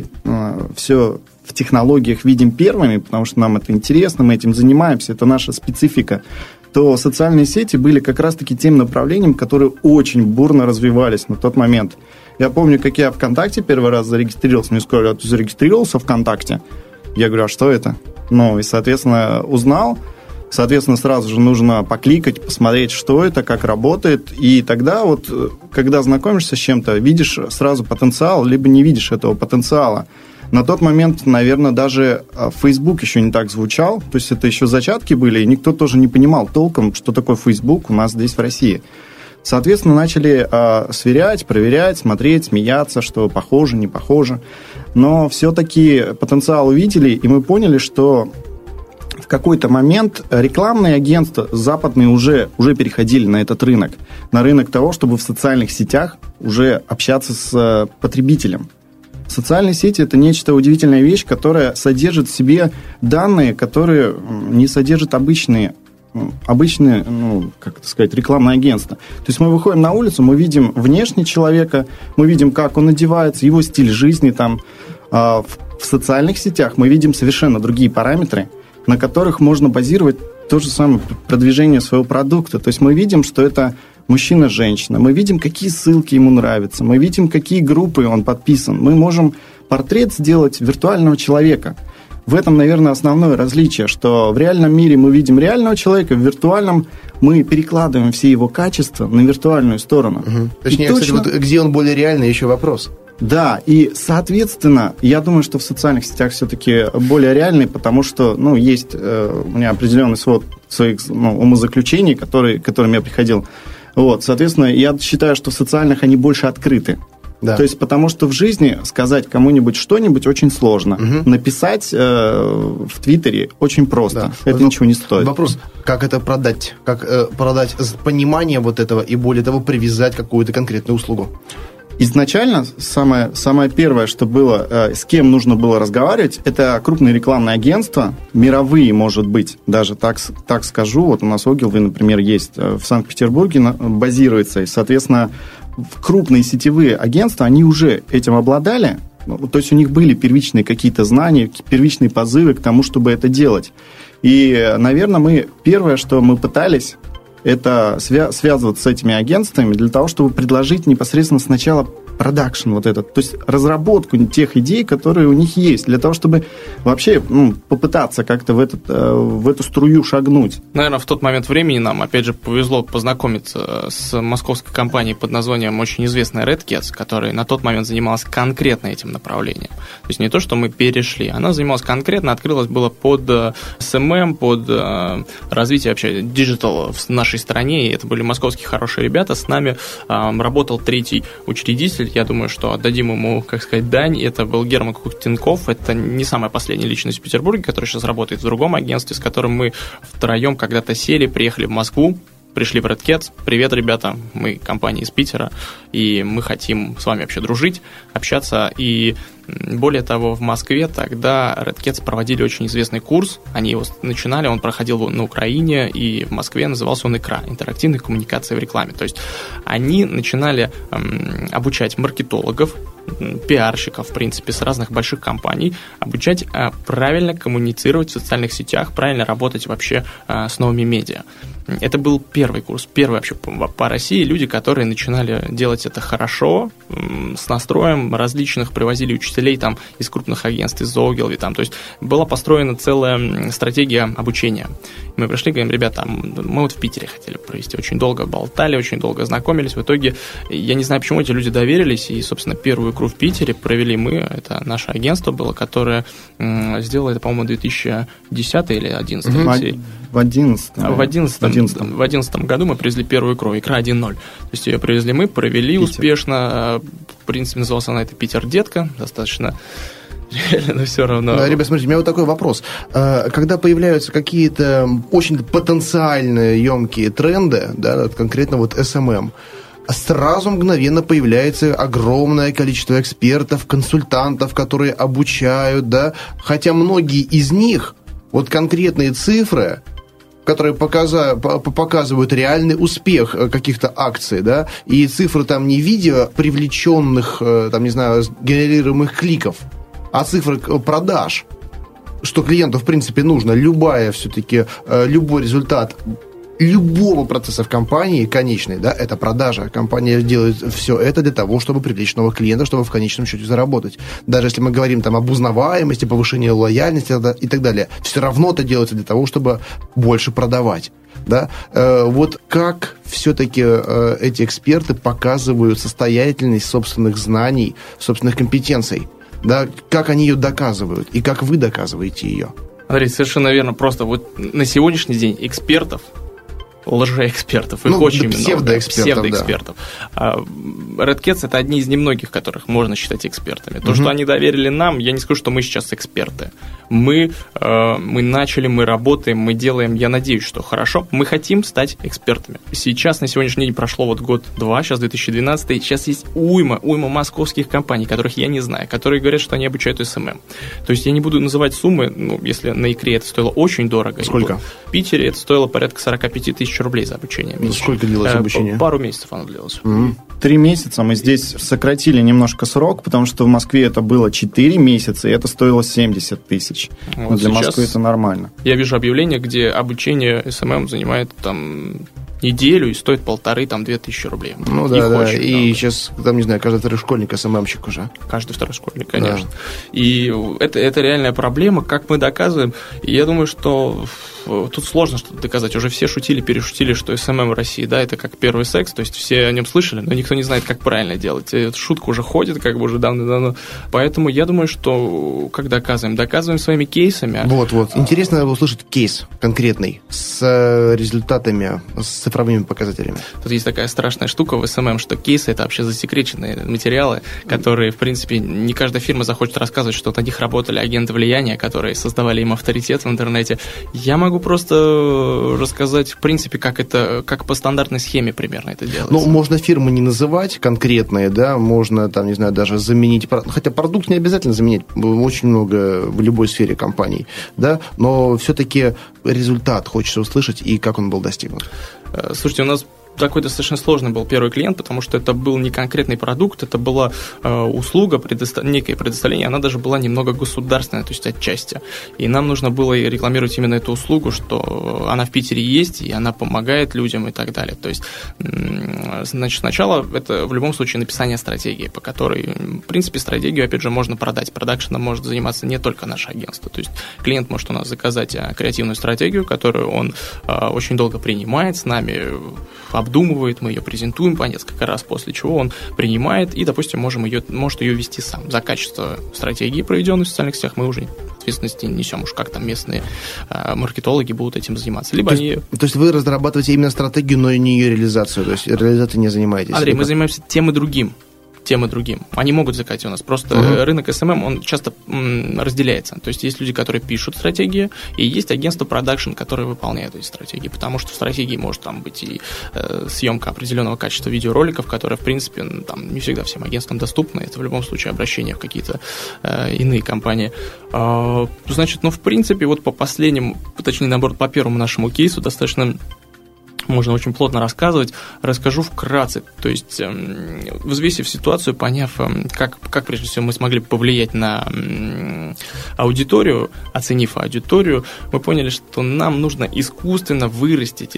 все в технологиях видим первыми, потому что нам это интересно, мы этим занимаемся, это наша специфика, то социальные сети были как раз-таки тем направлением, которые очень бурно развивались на тот момент. Я помню, как я ВКонтакте первый раз зарегистрировался, мне сказали, а ты зарегистрировался ВКонтакте? Я говорю, а что это? И, соответственно, узнал. Соответственно, сразу же нужно покликать, посмотреть, что это, как работает. И тогда вот, когда знакомишься с чем-то, видишь сразу потенциал, либо не видишь этого потенциала. На тот момент, наверное, даже Facebook еще не так звучал. То есть это еще зачатки были, и никто тоже не понимал толком, что такое Facebook у нас здесь в России. Соответственно, начали сверять, проверять, смотреть, смеяться, что похоже, не похоже. Но все-таки потенциал увидели, и мы поняли, что в какой-то момент рекламные агентства западные уже переходили на этот рынок. На рынок того, чтобы в социальных сетях уже общаться с потребителем. Социальные сети – это нечто удивительная вещь, которая содержит в себе данные, которые не содержат обычные, рекламные агентства. То есть мы выходим на улицу, мы видим внешне человека, мы видим, как он одевается, его стиль жизни. Там. В социальных сетях мы видим совершенно другие параметры, на которых можно базировать то же самое продвижение своего продукта. То есть мы видим, что это мужчина-женщина, мы видим, какие ссылки ему нравятся, мы видим, какие группы он подписан. Мы можем портрет сделать виртуального человека. В этом, наверное, основное различие, что в реальном мире мы видим реального человека, в виртуальном мы перекладываем все его качества на виртуальную сторону. Точнее, кстати, вот где он более реальный, еще вопрос. Да, и, соответственно, я думаю, что в социальных сетях все-таки более реальный, потому что, есть у меня определенный свод своих умозаключений, которым я приходил. Вот, соответственно, я считаю, что в социальных они больше открыты. Да. То есть, потому что в жизни сказать кому-нибудь что-нибудь очень сложно. Написать в Твиттере очень просто. Да. Это ничего не стоит. Вопрос, как это продать? Как продать понимание вот этого и, более того, привязать какую-то конкретную услугу? Изначально самое первое, что было, с кем нужно было разговаривать, это крупные рекламные агентства, мировые, может быть, даже так скажу. Вот у нас Ogilvy, например, есть в Санкт-Петербурге, базируется, и, соответственно, крупные сетевые агентства, они уже этим обладали, то есть у них были первичные какие-то знания, первичные позывы к тому, чтобы это делать. И, наверное, первое, что мы пытались, это связываться с этими агентствами для того, чтобы предложить непосредственно сначала продакшн вот этот, то есть разработку тех идей, которые у них есть, для того, чтобы вообще попытаться как-то в эту струю шагнуть. Наверное, в тот момент времени нам, опять же, повезло познакомиться с московской компанией под названием очень известная Red Cats, которая на тот момент занималась конкретно этим направлением. То есть не то, что мы перешли, она занималась конкретно, открылась было под SMM, под развитие вообще диджитала в нашей стране, и это были московские хорошие ребята. С нами работал третий учредитель. Я думаю, что отдадим ему, как сказать, дань. Это был Герман Кухтенков. Это не самая последняя личность в Петербурге, которая сейчас работает в другом агентстве, с которым мы втроем когда-то сели, приехали в Москву, пришли в Red Cats. Привет, ребята, мы компания из Питера, и мы хотим с вами вообще дружить, общаться. И более того, в Москве тогда Red Cats проводили очень известный курс. Они его начинали, он проходил на Украине, и в Москве назывался он ИКРА, интерактивная коммуникация в рекламе. То есть они начинали обучать маркетологов, пиарщиков, в принципе, с разных больших компаний, обучать правильно коммуницировать в социальных сетях, правильно работать вообще с новыми медиа. Это был первый курс, первый вообще по России люди, которые начинали делать это хорошо, с настроем различных, привозили учителей там из крупных агентств, из Ogilvy, там, то есть была построена целая стратегия обучения. Мы пришли, говорим, ребята, мы вот в Питере хотели провести, очень долго болтали, очень долго знакомились, в итоге, я не знаю, почему эти люди доверились, и, собственно, первую икру в Питере провели мы, это наше агентство было, которое сделало это, по-моему, 2010 или 2011 Алексей? В 2011 году мы привезли первую икру, икра 1.0. То есть ее привезли мы, провели Питер. Успешно. В принципе, назывался она это «Питер, детка». Достаточно реально, но все равно. Да, ребят, смотрите, у меня вот такой вопрос. Когда появляются какие-то очень потенциальные, емкие тренды, да, конкретно вот SMM, сразу мгновенно появляется огромное количество экспертов, консультантов, которые обучают, да, хотя многие из них, вот конкретные цифры, которые показывают реальный успех каких-то акций, да, и цифры там не в виде привлеченных, там, не знаю, генерируемых кликов, а цифры продаж, что клиенту, в принципе, нужно. Любой результат любого процесса в компании конечный, да, это продажа. Компания делает все это для того, чтобы привлечь новых клиентов, чтобы в конечном счете заработать. Даже если мы говорим там об узнаваемости, повышении лояльности и так далее, все равно это делается для того, чтобы больше продавать. Да? Вот как все-таки эти эксперты показывают состоятельность собственных знаний, собственных компетенций, да? Как они ее доказывают и как вы доказываете ее? Андрей, совершенно верно. Просто вот на сегодняшний день экспертов, лжеэкспертов, их очень много. Псевдоэкспертов. Да. Red Cats — это одни из немногих, которых можно считать экспертами. То, что они доверили нам, я не скажу, что мы сейчас эксперты. Мы начали, мы работаем, мы делаем, я надеюсь, что хорошо. Мы хотим стать экспертами. Сейчас, на сегодняшний день, прошло вот год-два, сейчас 2012, сейчас есть уйма московских компаний, которых я не знаю, которые говорят, что они обучают SMM. То есть я не буду называть суммы, если на икре это стоило очень дорого. Сколько? В Питере это стоило порядка 45 тысяч рублей за обучение. Сколько длилось обучение? Пару месяцев оно длилось. 3 месяца. Мы здесь сократили немножко срок, потому что в Москве это было 4 месяца, и это стоило 70 тысяч. Вот для Москвы это нормально. Я вижу объявление, где обучение SMM занимает там неделю и стоит 1,5-2 тысячи рублей. Ну да. И сейчас, там, не знаю, каждый второй школьник СММщик уже. Каждый второй школьник, конечно. Да. И это реальная проблема, как мы доказываем. И я думаю, что тут сложно что-то доказать. Уже все шутили, перешутили, что СММ в России, да, это как первый секс, то есть все о нем слышали, но никто не знает, как правильно делать. И эта шутка уже ходит, как бы уже давно. Поэтому я думаю, что как доказываем своими кейсами. Вот. Интересно услышать кейс конкретный с результатами, с цифровыми показателями. Тут есть такая страшная штука в СММ, что кейсы — это вообще засекреченные материалы, которые, в принципе, не каждая фирма захочет рассказывать, что на них работали агенты влияния, которые создавали им авторитет в интернете. Я могу просто рассказать, в принципе, как по стандартной схеме примерно это делается. Ну, можно фирмы не называть конкретные, да, можно, там, не знаю, даже заменить, хотя продукт не обязательно заменять, очень много в любой сфере компаний, да, но все-таки результат хочется услышать и как он был достигнут. Слушайте, у нас такой достаточно сложный был первый клиент, потому что это был не конкретный продукт, это была услуга, некое предоставление, она даже была немного государственная, то есть отчасти. И нам нужно было рекламировать именно эту услугу, что она в Питере есть, и она помогает людям и так далее. То есть, значит, сначала это в любом случае написание стратегии, по которой, в принципе, стратегию, опять же, можно продать. Продакшеном может заниматься не только наше агентство. То есть клиент может у нас заказать креативную стратегию, которую он очень долго принимает с нами, обдумывает, мы ее презентуем по несколько раз, после чего он принимает и, допустим, может ее вести сам. За качество стратегии, проведенной в социальных сетях, мы уже ответственности несем, уж как там местные маркетологи будут этим заниматься. Либо то есть вы разрабатываете именно стратегию, но и не ее реализацию, то есть реализацией не занимаетесь? Андрей, мы занимаемся тем и другим. Они могут заказать у нас. Просто рынок SMM, он часто разделяется. То есть есть люди, которые пишут стратегии, и есть агентство продакшн, которые выполняют эти стратегии. Потому что в стратегии может там быть и съемка определенного качества видеороликов, которые, в принципе, там, не всегда всем агентствам доступны. Это в любом случае обращение в какие-то иные компании. Значит, в принципе, вот по последнему, точнее, наоборот, по первому нашему кейсу достаточно можно очень плотно рассказывать. Расскажу вкратце. То есть, взвесив ситуацию, поняв, как прежде всего мы смогли повлиять на аудиторию, оценив аудиторию, мы поняли, что нам нужно искусственно вырастить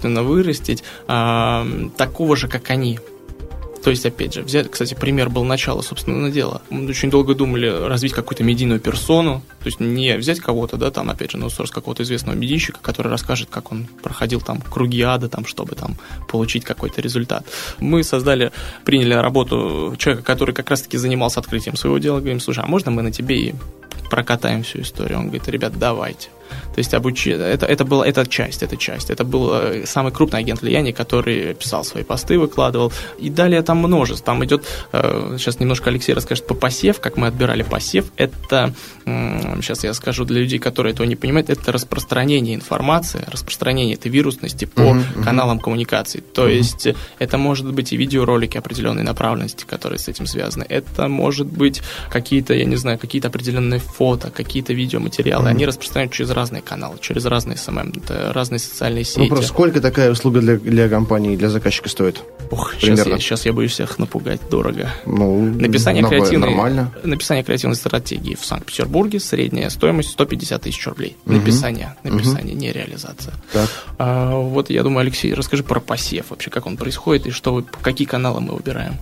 такого же, как они. То есть, опять же, взять, кстати, пример был начало, собственно, дела. Мы очень долго думали развить какую-то медийную персону, то есть не взять кого-то, да, там, опять же, на аутсорс какого-то известного медийщика, который расскажет, как он проходил там круги ада, там, чтобы там получить какой-то результат. Мы приняли на работу человека, который как раз-таки занимался открытием своего дела, говорим, слушай, а можно мы на тебе и прокатаем всю историю? Он говорит, ребят, давайте. То есть это часть. Это был самый крупный агент влияния, который писал свои посты, выкладывал. И далее там множество. Там идет, сейчас немножко Алексей расскажет по посев, как мы отбирали посев. Это, сейчас я скажу для людей, которые этого не понимают, это распространение информации, распространение этой вирусности по каналам коммуникации. То есть это может быть и видеоролики определенной направленности, которые с этим связаны. Это может быть какие-то, я не знаю, какие-то определенные фото, какие-то видеоматериалы. Они распространяют через разные каналы, через разные СММ, разные социальные сети. Вопрос, сколько такая услуга для компании, для заказчика стоит? Сейчас я боюсь всех напугать дорого. Написание креативной стратегии в Санкт-Петербурге, средняя стоимость 150 тысяч рублей. Написание, не реализация. Вот я думаю, Алексей, расскажи про посев вообще, как он происходит и какие каналы мы выбираем.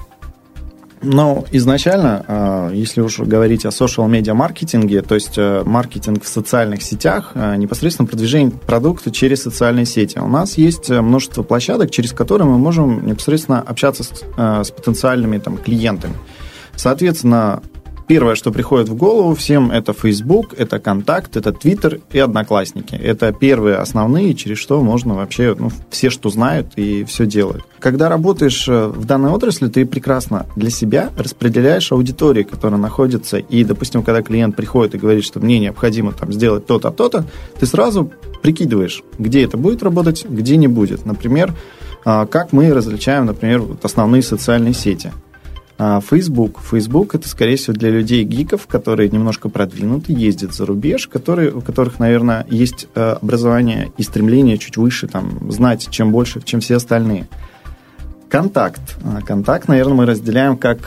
Изначально, если уж говорить о social-медиа-маркетинге, то есть маркетинг в социальных сетях, непосредственно продвижение продукта через социальные сети. У нас есть множество площадок, через которые мы можем непосредственно общаться с потенциальными клиентами. Соответственно, первое, что приходит в голову всем, это Facebook, это Контакт, это Twitter и Одноклассники. Это первые основные, через что можно вообще, все, что знают и все делают. Когда работаешь в данной отрасли, ты прекрасно для себя распределяешь аудиторию, которая находится, и, допустим, когда клиент приходит и говорит, что мне необходимо сделать то-то, то-то, ты сразу прикидываешь, где это будет работать, где не будет. Например, как мы различаем, например, основные социальные сети. Facebook. Facebook – это, скорее всего, для людей-гиков, которые немножко продвинуты, ездят за рубеж, у которых, наверное, есть образование и стремление чуть выше, знать чем больше, чем все остальные. Контакт. Контакт, наверное, мы разделяем как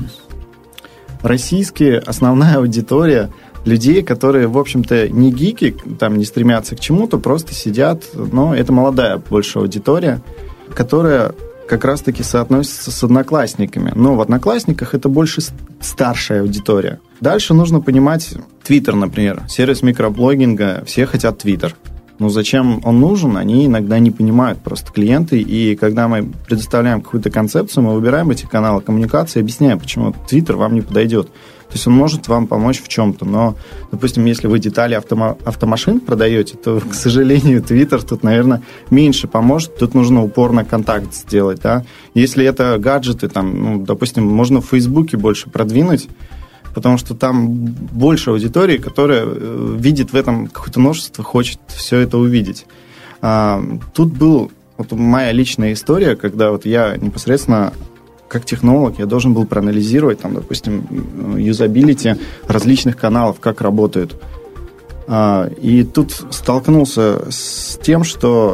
российские основная аудитория людей, которые, в общем-то, не гики, не стремятся к чему-то, просто сидят, но это молодая больше аудитория, которая как раз-таки соотносится с Одноклассниками. Но в Одноклассниках это больше старшая аудитория. Дальше нужно понимать Twitter, например. Сервис микроблогинга, все хотят Twitter. Зачем он нужен, они иногда не понимают просто клиенты. И когда мы предоставляем какую-то концепцию, мы выбираем эти каналы коммуникации, объясняем, почему Twitter вам не подойдет. То есть он может вам помочь в чем-то, но, допустим, если вы детали автомашин продаете, то, к сожалению, Twitter тут, наверное, меньше поможет. Тут нужно упорно контакт сделать, да. Если это гаджеты, допустим, можно в Фейсбуке больше продвинуть, потому что там больше аудитории, которая видит в этом какое-то множество, хочет все это увидеть. Тут была моя личная история, когда я непосредственно как технолог я должен был проанализировать, допустим, юзабилити различных каналов, как работают. И тут столкнулся с тем, что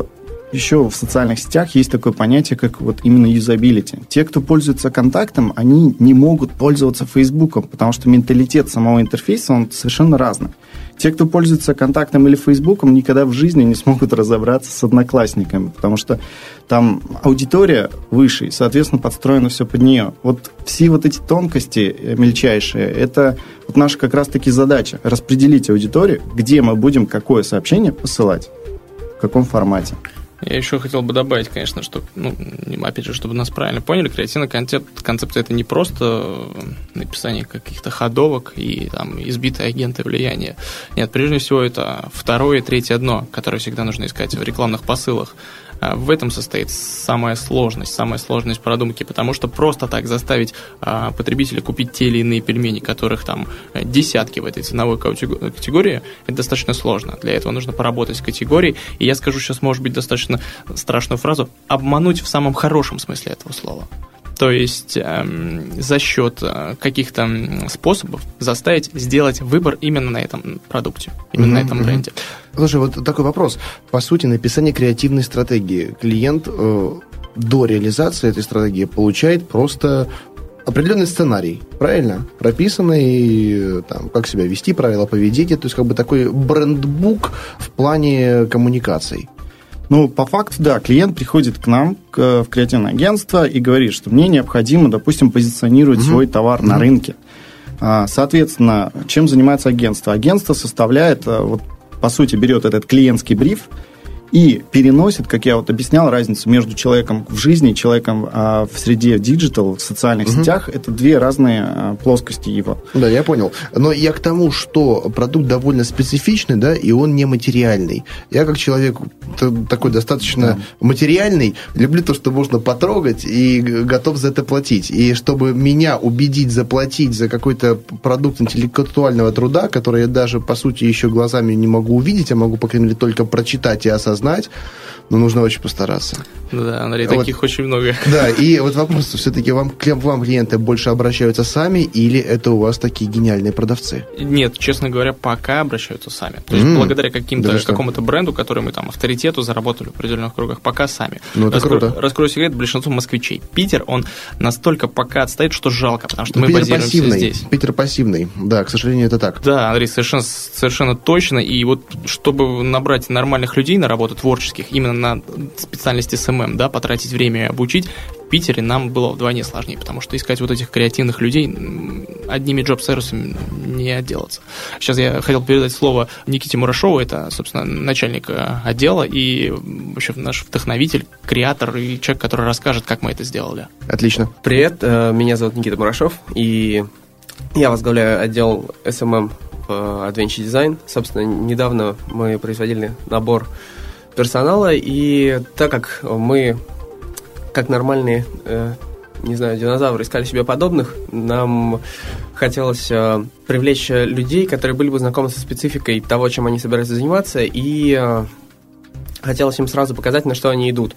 еще в социальных сетях есть такое понятие, как вот именно юзабилити. Те, кто пользуется контактом, они не могут пользоваться Фейсбуком, потому что менталитет самого интерфейса, он совершенно разный. Те, кто пользуется контактом или Фейсбуком, никогда в жизни не смогут разобраться с одноклассниками, потому что там аудитория выше, и, соответственно, подстроено все под нее. Вот все вот эти тонкости мельчайшие, это вот наша как раз-таки задача – распределить аудиторию, где мы будем какое сообщение посылать, в каком формате. Я еще хотел бы добавить, конечно, что, опять же, чтобы нас правильно поняли, креативная концепция – это не просто написание каких-то ходовок и там избитые агенты влияния. Нет, прежде всего, это второе и третье дно, которое всегда нужно искать в рекламных посылах. В этом состоит самая сложность продумки, потому что просто так заставить потребителя купить те или иные пельмени, которых там десятки в этой ценовой категории, это достаточно сложно. Для этого нужно поработать с категорией, и я скажу сейчас, может быть, достаточно страшную фразу, обмануть в самом хорошем смысле этого слова. То есть за счет каких-то способов заставить сделать выбор именно на этом продукте, именно на этом бренде. Слушай, вот такой вопрос. По сути, написание креативной стратегии. Клиент до реализации этой стратегии получает просто определенный сценарий, правильно? Прописанный, там, как себя вести, правила поведения, то есть как бы такой брендбук в плане коммуникаций. По факту, да, клиент приходит к нам, в креативное агентство, и говорит, что мне необходимо, допустим, позиционировать свой товар на рынке. Соответственно, чем занимается агентство? Агентство составляет, по сути, берет этот клиентский бриф и переносит, как я объяснял, разницу между человеком в жизни и человеком в среде диджитал, в социальных сетях. Это две разные плоскости его. Да, я понял. Но я к тому, что продукт довольно специфичный, да, и он нематериальный. Я как человек такой достаточно материальный, люблю то, что можно потрогать, и готов за это платить. И чтобы меня убедить заплатить за какой-то продукт интеллектуального труда, который я даже, по сути, еще глазами не могу увидеть, а могу, по крайней мере, только прочитать и осознать, но нужно очень постараться. Да, Андрей, таких очень много. Да, и вот вопрос, все-таки вам клиенты больше обращаются сами, или это у вас такие гениальные продавцы? Нет, честно говоря, пока обращаются сами. То есть благодаря какому-то бренду, который мы там авторитету заработали в определенных кругах, пока сами. Раскрою секрет, большинство москвичей. Питер, он настолько пока отстоит, что жалко, потому что мы базируемся здесь. Питер пассивный, да, к сожалению, это так. Да, Андрей, совершенно точно. И вот чтобы набрать нормальных людей на работу творческих, именно на специальности СММ, да, потратить время и обучить, в Питере нам было вдвойне сложнее, потому что искать вот этих креативных людей одними джоб-сервисами не отделаться. Сейчас я хотел передать слово Никите Мурашову, это, собственно, начальник отдела и вообще наш вдохновитель, креатор и человек, который расскажет, как мы это сделали. Отлично. Привет, меня зовут Никита Мурашов, и я возглавляю отдел SMM в Adventure Design. Собственно, недавно мы производили набор персонала, и так как мы, как нормальные, динозавры, искали себе подобных, нам хотелось привлечь людей, которые были бы знакомы со спецификой того, чем они собираются заниматься, и хотелось им сразу показать, на что они идут.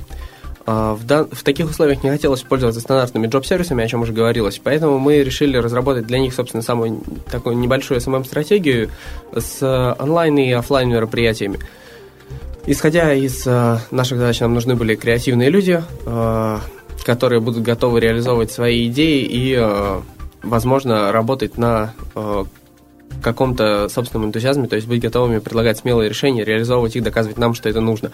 В таких условиях не хотелось пользоваться стандартными джоб-сервисами, о чем уже говорилось, поэтому мы решили разработать для них, собственно, самую такую небольшую SMM-стратегию с онлайн и офлайн мероприятиями. Исходя из наших задач, нам нужны были креативные люди, которые будут готовы реализовывать свои идеи и, возможно, работать на каком-то собственном энтузиазме, то есть быть готовыми предлагать смелые решения, реализовывать их, доказывать нам, что это нужно.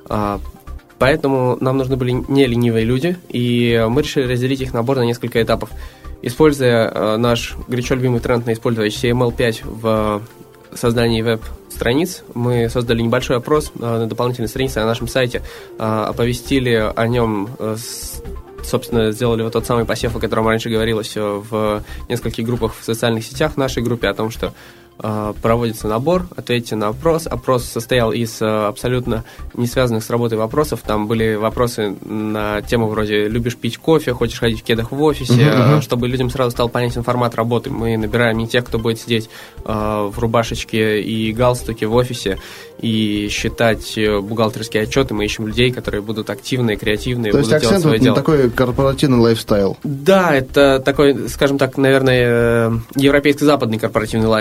Поэтому нам нужны были не ленивые люди, и мы решили разделить их набор на несколько этапов. Используя наш горячо любимый тренд на использовать HTML5 в создании веб-страниц, мы создали небольшой опрос на дополнительной странице на нашем сайте, оповестили о нем, собственно, сделали вот тот самый посев, о котором раньше говорилось в нескольких группах в социальных сетях, в нашей группе, о том, что проводится набор, ответьте на опрос. Опрос состоял из абсолютно не связанных с работой вопросов. Там были вопросы на тему вроде «любишь пить кофе?», «хочешь ходить в кедах в офисе?», чтобы людям сразу стал понятен формат работы. Мы набираем не тех, кто будет сидеть в рубашечке и галстуке в офисе и считать бухгалтерские отчеты. Мы ищем людей, которые будут активные, креативные, то будут делать свое дело. То есть акцент такой корпоративный лайфстайл. Да, это такой, скажем так, наверное, европейско-западный корпоративный лайфстайл.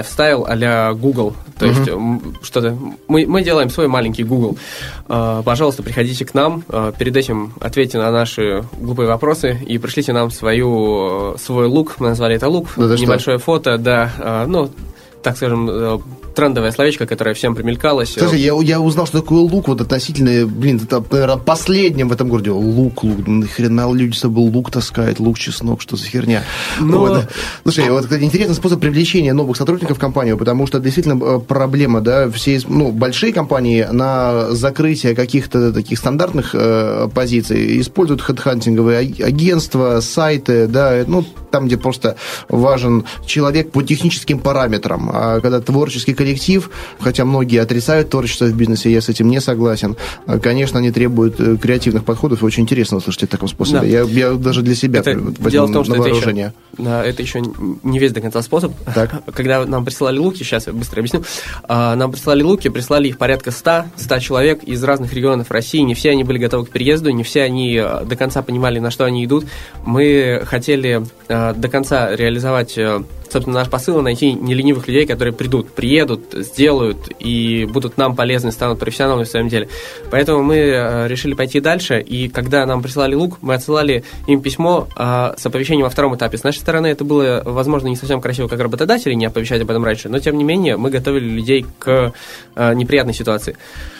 стал а-ля Google. То есть что-то... Мы делаем свой маленький Google. Пожалуйста, приходите к нам, перед этим ответьте на наши глупые вопросы и пришлите нам свой лук. Мы назвали это лук. Да, небольшое фото, да. Так скажем, трендовое словечко, которое всем примелькалось. Слушай, я узнал, что такое лук, вот относительно, это, наверное, последнем в этом городе. Лук, нахрена люди с собой лук таскают, лук, чеснок, что за херня? Вот. Слушай, вот, кстати, интересный способ привлечения новых сотрудников в компанию, потому что действительно проблема, да, все большие компании на закрытие каких-то таких стандартных позиций используют хедхантинговые агентства, сайты, да, там, где просто важен человек по техническим параметрам. А когда творческий коллектив, хотя многие отрицают творчество в бизнесе, я с этим не согласен, конечно, они требуют креативных подходов, и очень интересно услышать о таком способе. Да. Я даже для себя дело в том, что вооружение. Это еще не весь до конца способ. Так. Когда нам присылали луки, сейчас я быстро объясню, нам прислали луки, прислали их порядка 100 человек из разных регионов России, не все они были готовы к переезду, не все они до конца понимали, на что они идут. Мы хотели до конца реализовать, собственно, наш посыл, найти неленивых людей, которые приедут, сделают и будут нам полезны, станут профессионалами в своем деле. Поэтому мы решили пойти дальше, и когда нам присылали лук, мы отсылали им письмо с оповещением во втором этапе. С нашей стороны это было, возможно, не совсем красиво, как работодатели, не оповещать об этом раньше, но, тем не менее, мы готовили людей к неприятной ситуации.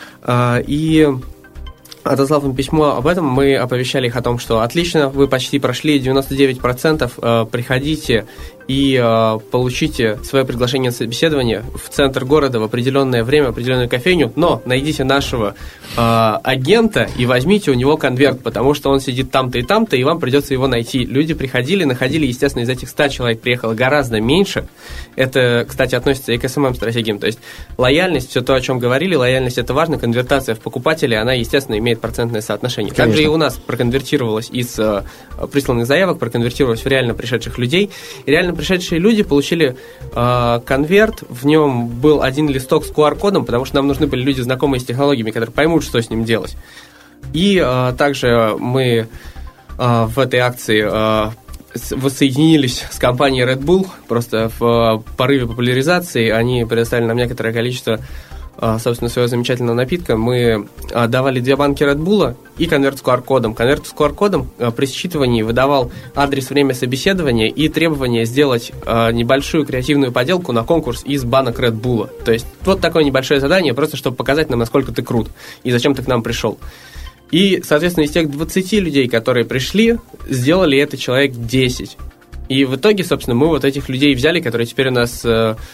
И отослав им письмо об этом, мы оповещали их о том, что отлично, вы почти прошли 99%, приходите и получите свое приглашение на собеседование в центр города в определенное время, в определенную кофейню, но найдите нашего агента и возьмите у него конверт, потому что он сидит там-то, и вам придется его найти. Люди приходили, находили, естественно, из этих 100 человек приехало гораздо меньше. Это, кстати, относится и к SMM-стратегиям, то есть лояльность, все то, о чем говорили, лояльность – это важно, конвертация в покупателя, она, естественно, имеет процентное соотношение. Конечно. Также и у нас проконвертировалось из присланных заявок, проконвертировалось в реально пришедших людей, и реально пришедшие люди получили конверт, в нем был один листок с QR-кодом, потому что нам нужны были люди, знакомые с технологиями, которые поймут, что с ним делать. И также мы в этой акции воссоединились с компанией Red Bull, просто в порыве популяризации они предоставили нам некоторое количество, собственно, своего замечательного напитка. Мы давали 2 банки Red Bull и конверт с QR-кодом. Конверт с QR-кодом при считывании выдавал адрес, время собеседования и требование сделать небольшую креативную поделку на конкурс из банок Red Bull. То есть вот такое небольшое задание, просто чтобы показать нам, насколько ты крут и зачем ты к нам пришел. И, соответственно, из тех 20 людей, которые пришли, сделали это человек 10. И в итоге, собственно, мы вот этих людей взяли, которые теперь у нас...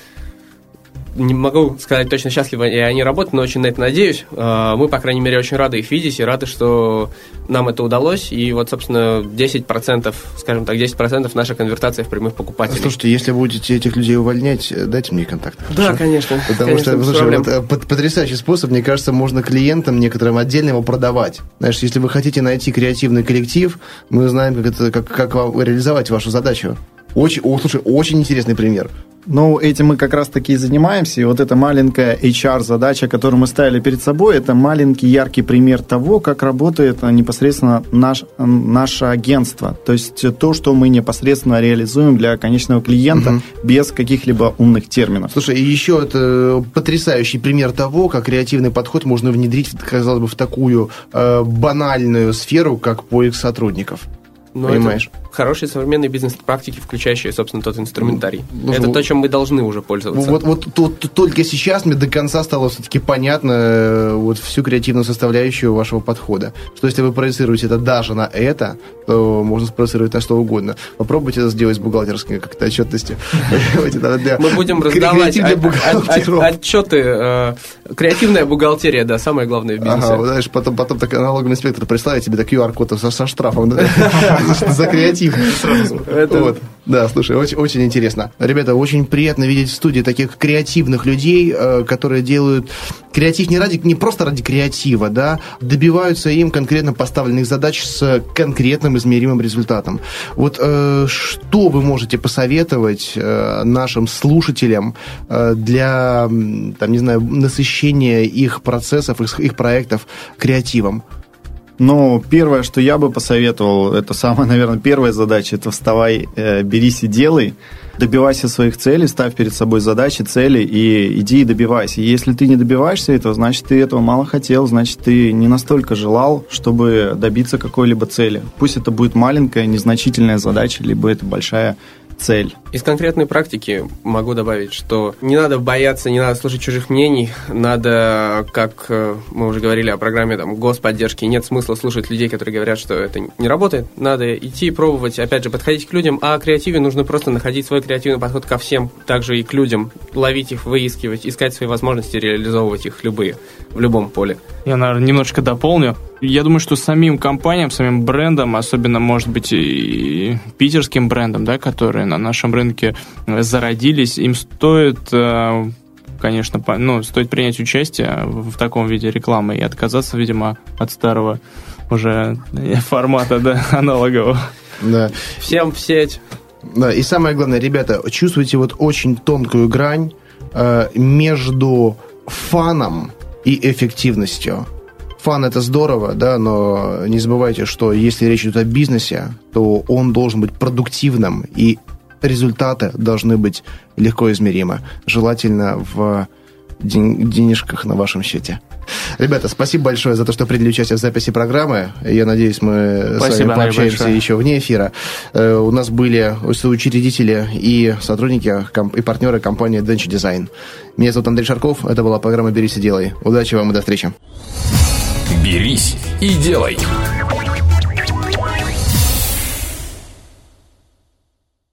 Не могу сказать точно, счастливы и они работают, но очень на это надеюсь. Мы, по крайней мере, очень рады их видеть и рады, что нам это удалось. И вот, собственно, 10%, скажем так, 10% наша конвертация в прямых покупателей. Слушайте, если будете этих людей увольнять, дайте мне контакт. Да, хорошо? Конечно. Потому что, слушай, вот, потрясающий способ, мне кажется, можно клиентам некоторым отдельно его продавать. Знаешь, если вы хотите найти креативный коллектив, мы знаем, как вам реализовать вашу задачу. Слушай, очень интересный пример. Ну, этим мы как раз-таки и занимаемся. И вот эта маленькая HR-задача, которую мы ставили перед собой, это маленький яркий пример того, как работает непосредственно наше агентство. То есть то, что мы непосредственно реализуем для конечного клиента без каких-либо умных терминов. Слушай, и еще это потрясающий пример того, как креативный подход можно внедрить, казалось бы, в такую банальную сферу, как поиск сотрудников. Но понимаешь? Это хорошие современные бизнес-практики, включающие, собственно, тот инструментарий. Это то, чем мы должны уже пользоваться. Вот только сейчас мне до конца стало все-таки понятно вот всю креативную составляющую вашего подхода. Что если вы проецируете это даже на это, то можно спроецировать на что угодно. Попробуйте это сделать с бухгалтерской как-то отчетности. Мы будем раздавать отчеты. Креативная бухгалтерия, да, самое главное в бизнесе. Ага, знаешь, потом так налоговый инспектор присылает тебе QR-код со штрафом за креатив. Вот. Да, слушай, очень интересно. Ребята, очень приятно видеть в студии таких креативных людей, которые делают креатив не просто ради креатива, да, добиваются им конкретно поставленных задач с конкретным измеримым результатом. Вот что вы можете посоветовать нашим слушателям для, там, не знаю, насыщения их процессов, их проектов креативом? Ну, первое, что я бы посоветовал, это самая, наверное, первая задача, это вставай, берись и делай. Добивайся своих целей, ставь перед собой задачи, цели и иди и добивайся. И если ты не добиваешься этого, значит, ты этого мало хотел, значит, ты не настолько желал, чтобы добиться какой-либо цели. Пусть это будет маленькая, незначительная задача, либо это большая цель. Из конкретной практики могу добавить, что не надо бояться, не надо слушать чужих мнений, надо, как мы уже говорили о программе господдержки, нет смысла слушать людей, которые говорят, что это не работает, надо идти пробовать, опять же, подходить к людям, а о креативе нужно просто находить свой креативный подход ко всем, также и к людям, ловить их, выискивать, искать свои возможности, реализовывать их любые, в любом поле. Я, наверное, немножко дополню. Я думаю, что самим компаниям, самим брендам, особенно, может быть, и питерским брендам, да, которые на нашем рынке зародились, им стоит, конечно, стоит принять участие в таком виде рекламы и отказаться, видимо, от старого уже формата, да, аналогового. Да. Всем в сеть. Да, и самое главное, ребята, чувствуйте вот очень тонкую грань между фаном и эффективностью. Фан – это здорово, да, но не забывайте, что если речь идет о бизнесе, то он должен быть продуктивным, и результаты должны быть легко измеримы. Желательно в денежках на вашем счете. Ребята, спасибо большое за то, что приняли участие в записи программы. Я надеюсь, мы с вами пообщаемся еще вне эфира. У нас были учредители и сотрудники и партнеры компании Adventure Design. Меня зовут Андрей Шарков. Это была программа «Берись и делай». Удачи вам и до встречи. «Берись и делай».